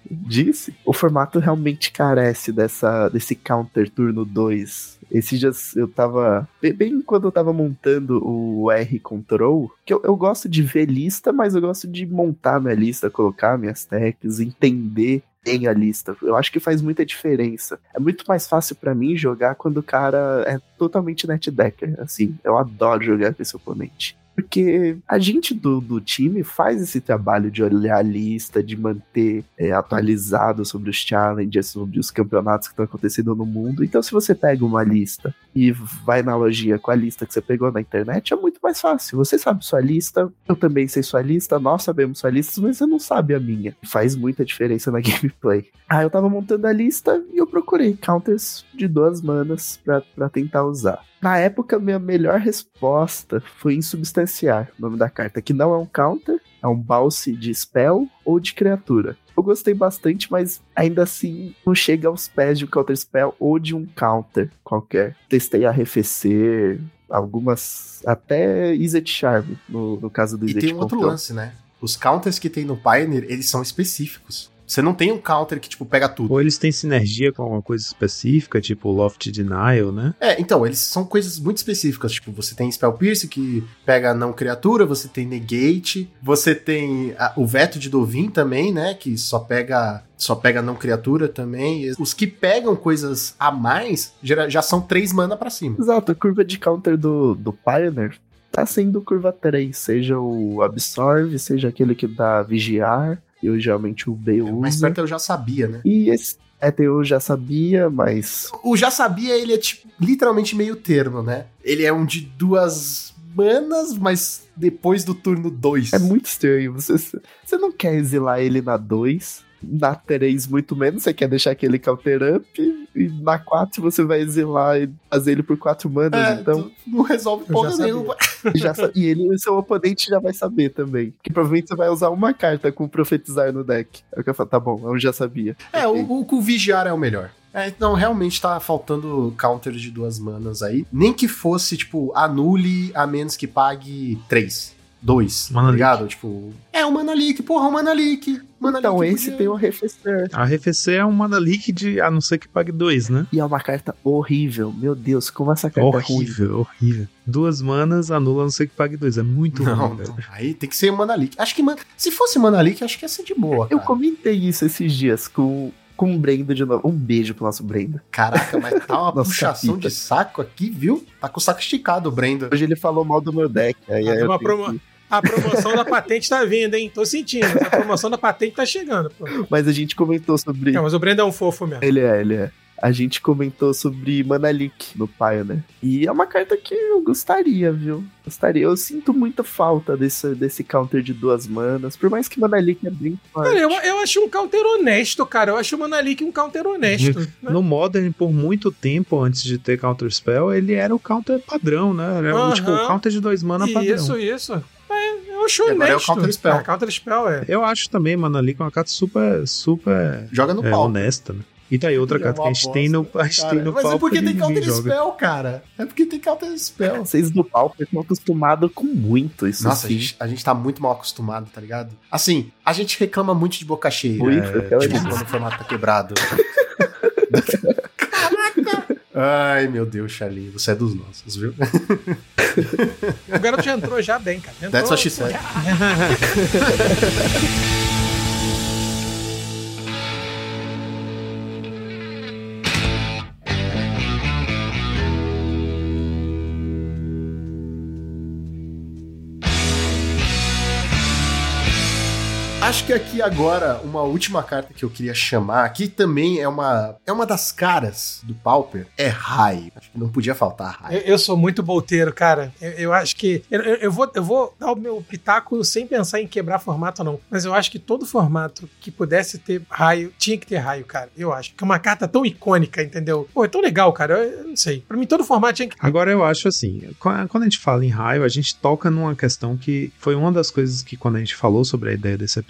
disse, o formato realmente carece dessa, desse counter turno dois. Esses dias eu tava, bem quando eu tava montando o R-Control, que eu, eu gosto de ver lista, mas eu gosto de montar minha lista, colocar minhas techs, entender bem a lista. Eu acho que faz muita diferença. É muito mais fácil pra mim jogar quando o cara é totalmente netdecker, assim. Eu adoro jogar com esse oponente. Porque a gente do, do time faz esse trabalho de olhar a lista, de manter é, atualizado sobre os challenges, sobre os campeonatos que estão acontecendo no mundo. Então, se você pega uma lista e vai na lojinha com a lista que você pegou na internet, é muito mais fácil. Você sabe sua lista, eu também sei sua lista, nós sabemos sua lista, mas você não sabe a minha. Faz muita diferença na gameplay. Ah, eu tava montando a lista e eu procurei counters de duas manas pra, pra tentar usar. Na época, minha melhor resposta foi insubstanciar, o nome da carta, que não é um counter, é um bounce de spell ou de criatura. Eu gostei bastante, mas ainda assim não chega aos pés de um counter spell ou de um counter qualquer. Testei arrefecer, algumas, até Izzet Charm, no, no caso do Izzet E tem um outro Control. lance, né? Os counters que tem no Pioneer, eles são específicos. Você não tem um counter que, tipo, pega tudo. Ou eles têm sinergia com alguma coisa específica, tipo Loft Denial, né? É, então, eles são coisas muito específicas. Tipo, você tem Spell Pierce, que pega não criatura, você tem Negate, você tem a, o Veto de Dovin também, né? Que só pega, só pega não criatura também. Os que pegam coisas a mais, já, já são três mana pra cima. Exato, a curva de counter do, do Pioneer tá sendo curva três, seja o Absorve, seja aquele que dá Vigiar. Eu geralmente o B uso. Mais perto eu já sabia, né? E esse é, eu já sabia, mas... O já sabia, ele é tipo, literalmente meio termo, né? Ele é um de duas manas, mas depois do turno dois. É muito estranho. Você, você não quer exilar ele na dois, na três muito menos, você quer deixar aquele counter up, e na quatro você vai exilar e fazer ele por quatro manas, É, então... não resolve Eu porra já sabia. nenhuma. Já sa- e ele, o seu oponente já vai saber também. Que provavelmente você vai usar uma carta com Profetizar no deck. Aí eu falo, tá bom, eu já sabia. É, Ok. o, o, o Vigiar é o melhor. É, então, realmente tá faltando counter de duas manas aí. Nem que fosse, tipo, anule a menos que pague três. Dois, Mana tá ligado? Tipo, é o Mana Leak, porra, o Mana Leak. Mana Então, Leak esse podia- tem o Arrefecer. A Arrefecer é um mana leak de, a não ser que pague dois, né? E é uma carta horrível. Meu Deus, como essa carta é ruim. Horrível, horrível. Duas manas, anula a não ser que pague dois. É muito Não, ruim, velho. não. Aí tem que ser o Mana Leak. Acho que, man- se fosse Mana Leak, acho que ia ser de boa, Eu cara. comentei isso esses dias com, com o Brendo de novo. Um beijo pro nosso Brendo. Caraca, mas tá uma Nossa, puxação capita. de saco aqui, viu? Tá com o saco esticado, o Brenda. Hoje ele falou mal do meu deck. Aí Ah, aí eu uma tenho promo- que- A promoção da patente tá vindo, hein? Tô sentindo. A promoção da patente tá chegando, pô. Mas a gente comentou sobre... Não, mas o Brenda é um fofo mesmo. Ele é, ele é. A gente comentou sobre Mana Leak no Pioneer. E é uma carta que eu gostaria, viu? Gostaria. Eu sinto muita falta desse, desse counter de duas manas. Por mais que Mana Leak é bem forte. Cara, eu, eu acho um counter honesto, cara. Eu acho o Mana Leak um counter honesto. né? No Modern, por muito tempo, antes de ter Counter Spell, ele era o counter padrão, né? Era o, Aham. tipo, o counter de dois mana padrão. Isso, isso. É, eu acho E agora é o honesto. counter spell. Ah, counter spell, é. Eu acho também Mana Leak uma carta super, super Joga no é, pau. honesta, né? E tá aí outra É carta que uma a gente tem no, a gente Cara, tem no mas é palco porque e tem ninguém Counter joga. Spell, cara. É porque tem Counter Spell. Vocês do palco estão acostumados com muito isso Nossa, a sim. gente, a gente tá muito mal acostumado, tá ligado? Assim, a gente reclama muito de boca cheia. Muito, É, aquela tipo, de- quando o formato tá quebrado. Caraca! Ai, meu Deus, Charlie, você é dos nossos, viu? O garoto já entrou já bem, cara. Entrou, That's what she said. Acho que aqui agora, uma última carta que eu queria chamar, que também é uma, é uma das caras do Pauper, é Raio. Acho que não podia faltar Raio. Eu, eu sou muito bolteiro, cara. Eu, eu acho que. Eu, eu- eu vou, eu vou dar o meu pitaco sem pensar em quebrar formato, não. Mas eu acho que todo formato que pudesse ter raio, tinha que ter raio, cara. Eu acho. Que é uma carta tão icônica, entendeu? Pô, é tão legal, cara. Eu, eu não sei. Pra mim, todo formato tinha que. Agora eu acho assim, qu- quando a gente fala em raio, a gente toca numa questão que foi uma das coisas que quando a gente falou sobre a ideia desse episódio,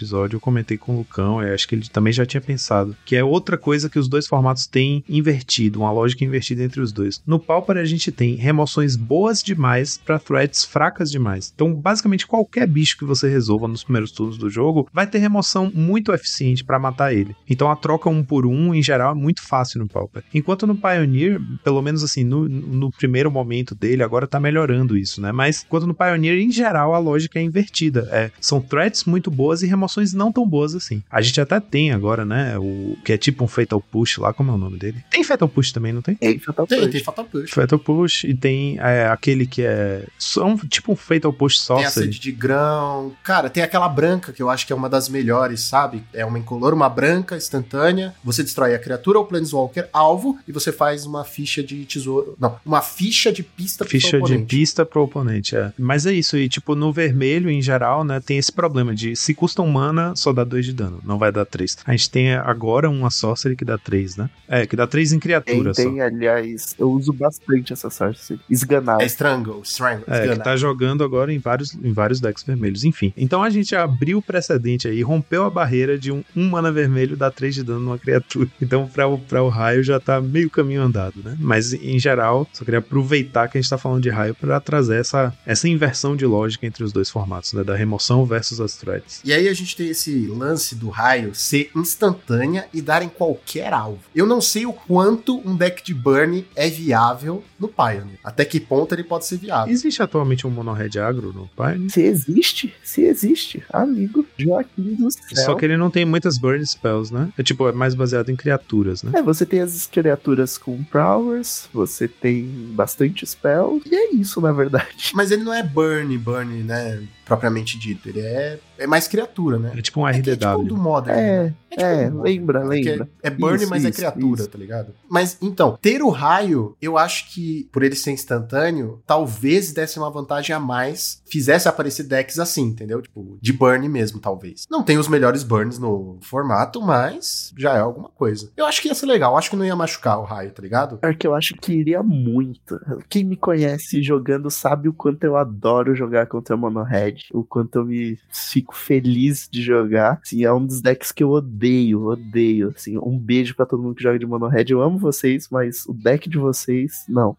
episódio, eu comentei com o Lucão, eu acho que ele também já tinha pensado, que é outra coisa que os dois formatos têm invertido, uma lógica invertida entre os dois. No Pauper a gente tem remoções boas demais pra threats fracas demais. Então, basicamente, qualquer bicho que você resolva nos primeiros turnos do jogo vai ter remoção muito eficiente pra matar ele. Então, a troca um por um, em geral, é muito fácil no Pauper. Enquanto no Pioneer, pelo menos assim, no, no primeiro momento dele, agora tá melhorando isso, né? Mas, enquanto no Pioneer, em geral, a lógica é invertida. É, são threats muito boas e remoções não tão boas assim. A gente até tem agora, né, o que é tipo um Fatal Push lá, como é o nome dele? Tem Fatal Push também, não tem? Tem Fatal Tem, Push. tem Fatal Push. Fatal Push, e tem é, aquele que é só um, tipo um Fatal Push Tem a Sorcery. sede de grão. Cara, tem aquela branca que eu acho que é uma das melhores, sabe? É uma incolor, uma branca instantânea. Você destrói a criatura ou Planeswalker alvo e você faz uma ficha de tesouro. Não, uma ficha de pista pro Ficha seu de oponente. pista pro oponente, é. Mas é isso, e tipo, no vermelho, em geral, né, tem esse problema de se custa um mana, só dá dois de dano, não vai dar três. A gente tem agora uma Sorcery que dá três, né? É, que dá três em Tem, criatura só. tem, aliás, eu uso bastante essa sorte. Esganar. É Strangle, Strangle. É, que esganar. tá jogando agora em vários, em vários decks vermelhos. Enfim, então a gente abriu o precedente aí, rompeu a barreira de um, um mana vermelho dar três de dano numa criatura. Então pra o, pra o raio já tá meio caminho andado, né? Mas em geral, só queria aproveitar que a gente tá falando de raio pra trazer essa, essa inversão de lógica entre os dois formatos, né? Da remoção versus as threats. E aí a gente tem esse lance do raio ser instantânea e dar em qualquer alvo. Eu não sei o quanto um deck de burn é viável no Pioneer. Até que ponto ele pode ser viável. Existe atualmente um mono red agro no Pioneer? Se existe, se existe, amigo Joaquim do céu. Só que ele não tem muitas burn spells, né? É tipo, é mais baseado em criaturas, né? É, você tem as criaturas com powers, você tem bastante spell, e é isso, na verdade. Mas ele não é burn, burn, né? Propriamente dito. Ele é, é mais criatura, né? É tipo um É, R que D é tipo W. do Modern. É, né? tipo é, do Modern, lembra, porque lembra. É burn, Isso, mas é isso, criatura, isso. tá ligado? Mas, então, ter o raio, eu acho que, por ele ser instantâneo, talvez desse uma vantagem a mais, fizesse aparecer decks assim, entendeu? Tipo, de burn mesmo, talvez. Não tem os melhores burns no formato, mas já é alguma coisa. Eu acho que ia ser legal, eu acho que não ia machucar o raio, tá ligado? Pior que eu acho que iria muito. Quem me conhece jogando sabe o quanto eu adoro jogar contra Mono Red, o quanto eu me fico feliz de jogar. Assim, é um dos decks que eu odeio, odeio. Assim, um beijo pra todo mundo que joga de Mono Red. Eu amo vocês, mas o deck de vocês, não.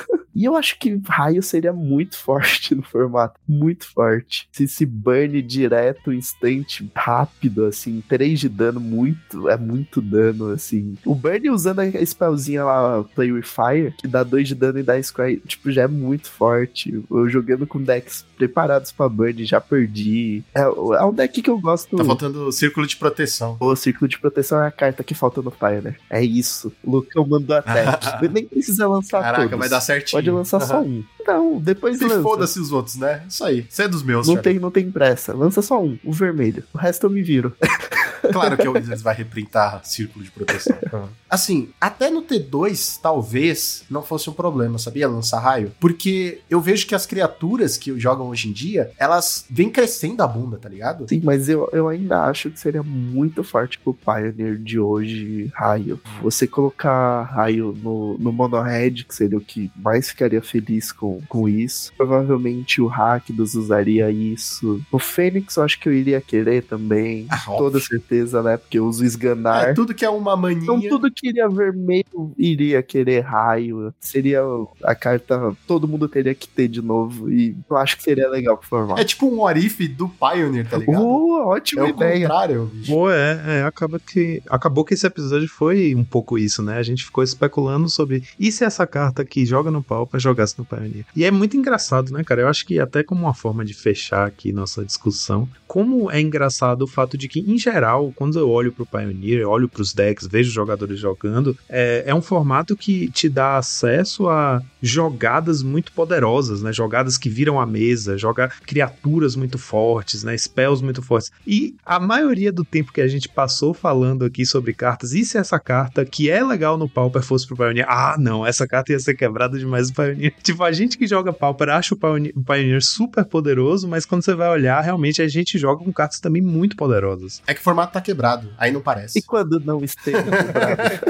E eu acho que raio seria muito forte no formato, muito forte. Se esse burn direto, instante, rápido, assim, três de dano, muito, é muito dano, assim. O burn usando a spellzinha lá, Play with Fire, que dá dois de dano e dá Scry, tipo, já é muito forte. Eu jogando com decks preparados pra burn, já perdi. É, é um deck que eu gosto. Tá faltando círculo de proteção. O Círculo de Proteção é a carta que falta no Pioneer. É isso. O Lucão mandou a deck. Nem precisa lançar Caraca, todos. vai dar certinho. Pode lançar só um. Então, depois Se lança. foda-se os outros, né? Isso aí. Você é dos meus, Não Charlie. tem, não tem pressa. Lança só um, o vermelho. O resto eu me viro. Claro que o Wizards vai reprintar círculo de proteção. Assim, até no T dois, talvez, não fosse um problema, sabia? Lançar raio. Porque eu vejo que as criaturas que jogam hoje em dia, elas vêm crescendo a bunda, tá ligado? Sim, mas eu, eu ainda acho que seria muito forte pro Pioneer de hoje, raio. Você colocar raio no, no Mono Red, que seria o que mais ficaria feliz com, com isso. Provavelmente o Rakdos usaria isso. O Fênix eu acho que eu iria querer também. Ah, Com toda óbvio. certeza, né? Porque eu uso esganar. É, tudo que é uma maninha. Então tudo que iria vermelho iria querer raio. Seria a carta, todo mundo teria que ter de novo. E eu acho que seria legal pro formato. É tipo um what if do Pioneer, tá ligado? Uh, ótima é o ideia. contrário, bicho. Pô, é, é, acaba que, acabou que esse episódio foi um pouco isso, né? A gente ficou especulando sobre e se essa carta que joga no Pauper jogasse no Pioneer. E é muito engraçado, né, cara? Eu acho que até como uma forma de fechar aqui nossa discussão, como é engraçado o fato de que, em geral, quando eu olho pro Pioneer, olho pros decks, vejo jogadores jogando, é, é um formato que te dá acesso a jogadas muito poderosas, né? Jogadas que viram a mesa, joga criaturas muito fortes, né? Spells muito fortes. E a maioria do tempo que a gente passou falando aqui sobre cartas, e se essa carta que é legal no Pauper fosse pro Pioneer? Ah, não, essa carta ia ser quebrada demais no Pioneer. Tipo, a gente que joga Pauper acha o Pioneer, o Pioneer super poderoso, mas quando você vai olhar, realmente a gente joga com cartas também muito poderosas. É que o formato tá quebrado, aí não parece. E quando não esteja quebrado?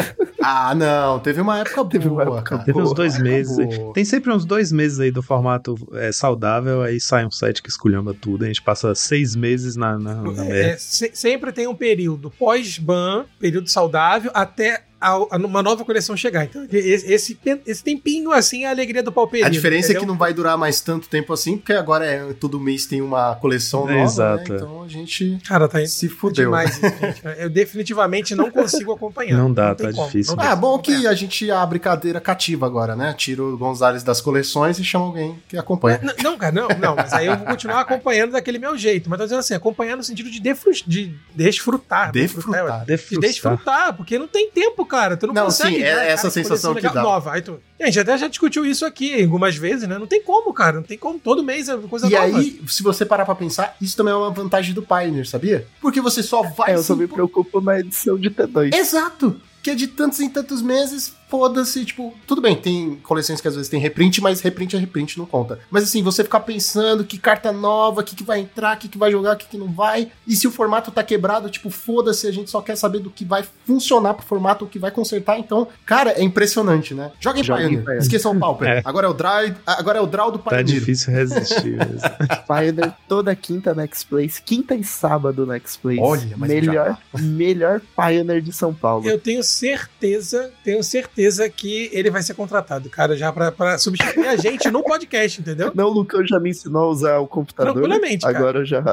Ah, não, teve uma época boa, Teve uma época cara. Teve uns dois Boa, meses aí. boa. Tem sempre uns dois meses aí do formato é, saudável, aí sai um set que esculhamba tudo. A gente passa seis meses na, na, na É, merda. se- sempre tem um período pós-ban, período saudável, até a, a- uma nova coleção chegar. Então, esse, esse, esse tempinho, assim, é a alegria do pauperismo. A diferença é entendeu? que não vai durar mais tanto tempo assim, porque agora é, todo mês tem uma coleção nova, Exato. né? Então a gente Cara, tá se tá fudeu. demais isso, gente. Eu definitivamente não consigo acompanhar. Não dá, tem tá como, difícil. não tem Ah, bom como que a gente abre cadeira cativa agora, né? Tira o Gonzalez das coleções e chama alguém que acompanha. Não, não, cara, não, não, mas aí eu vou continuar acompanhando daquele meu jeito. Mas tô dizendo assim, acompanhar no sentido de, defru de desfrutar. Defrutar. De Defrustar. desfrutar, porque não tem tempo, cara. Tu não, Não, consegue. sim, é cara, essa cara, sensação coleção que dá. Nova. Aí tu... E a gente até já discutiu isso aqui algumas vezes, né? Não tem como, cara. Não tem como. Todo mês é coisa E nova. aí, se você parar pra pensar, isso também é uma vantagem do Pioneer, sabia? Porque você só vai... É, eu só se me impo- preocupo na edição de T dois. Exato! Que é de tantos em tantos meses, foda-se, tipo, tudo bem, tem coleções que às vezes tem reprint, mas reprint é reprint, não conta. Mas assim, você ficar pensando que carta nova, o que, que vai entrar, o que, que vai jogar, o que, que não vai, e se o formato tá quebrado, tipo, foda-se, a gente só quer saber do que vai funcionar pro formato, o que vai consertar, então, cara, é impressionante, né? Joga em Joga em Pioneer, Pioneer. esqueçam o Pauper. É. Agora é o Draw, agora é o draw do Tá Pioneer. difícil resistir mesmo. Pioneer toda quinta na X-Place, quinta e sábado na X-Place. Olha, mas melhor, melhor Pioneer de São Paulo. Eu tenho certeza, tenho certeza que ele vai ser contratado, cara, já pra, pra substituir a gente no podcast, entendeu? Não, o Lucão já me ensinou a usar o computador. Tranquilamente, cara. Agora eu já.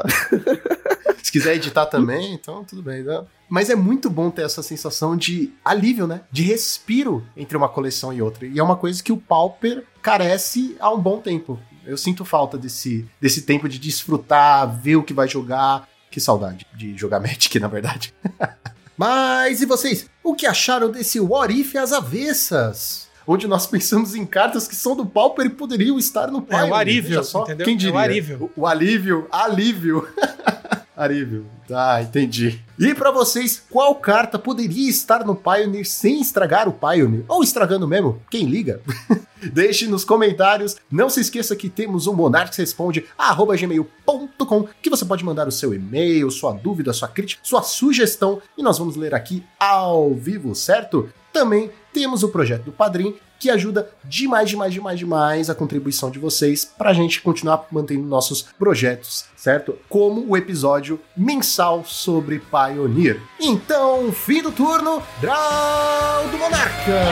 Se quiser editar também, então tudo bem, né? Mas é muito bom ter essa sensação de alívio, né? De respiro entre uma coleção e outra. E é uma coisa que o Pauper carece há um bom tempo. Eu sinto falta desse, desse tempo de desfrutar, ver o que vai jogar. Que saudade de jogar Magic, na verdade. Mas e vocês? O que acharam desse What If às avessas? Onde nós pensamos em cartas que são do Pauper e poderiam estar no É Pioneer. o alívio, Veja só, entendeu? quem É o diria? alívio. O, o alívio, alívio. Alívio. Tá, entendi. E pra vocês, qual carta poderia estar no Pioneer sem estragar o Pioneer? Ou estragando mesmo? Quem liga? Deixe nos comentários. Não se esqueça que temos um monarques responde arroba gmail ponto com, que você pode mandar o seu e-mail, sua dúvida, sua crítica, sua sugestão, e nós vamos ler aqui ao vivo, certo? Também temos o projeto do Padrim, que ajuda demais, demais, demais, demais a contribuição de vocês pra gente continuar mantendo nossos projetos, certo? Como o episódio mensal sobre Pioneer. Então, fim do turno, Draw do Monarca!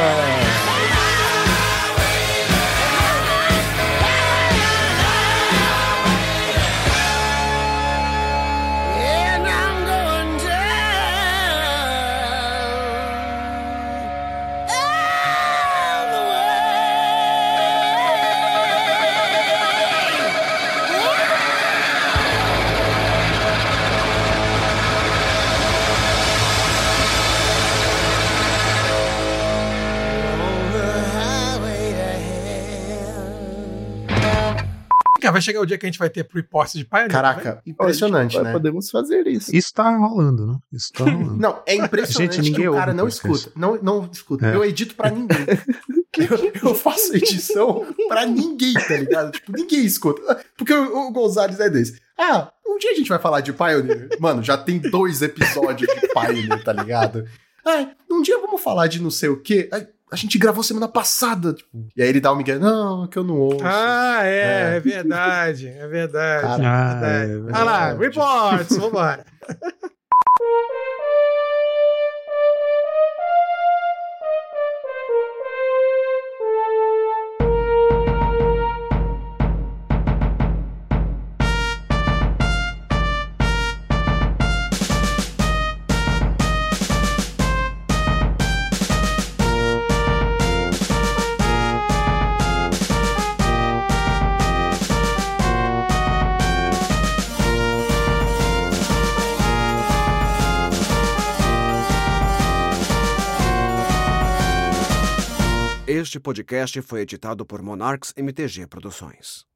And I'm going down the Cara, vai chegar o dia que a gente vai ter pre-post de Pioneer. Caraca, impressionante, Pode- né? Podemos fazer isso. Isso tá rolando, né? Isso tá rolando. Não, é impressionante Gente, ninguém que o cara ouve não podcast. escuta. Não, não escuta. É. Eu edito pra ninguém. eu, eu faço edição pra ninguém, tá ligado? Tipo, ninguém escuta. Porque o, o Gonzalez é desse. Ah, um dia a gente vai falar de Pioneer. Mano, já tem dois episódios de Pioneer, tá ligado? Ah, um dia vamos falar de não sei o quê. Ai, a gente gravou semana passada. Tipo, e aí ele dá um migué. Não, que eu não ouço. Ah, é, É. é verdade, é verdade. Cara, Ah, é é verdade. verdade. Olha lá, reports, vambora. Este podcast foi editado por Monarques M T G Produções.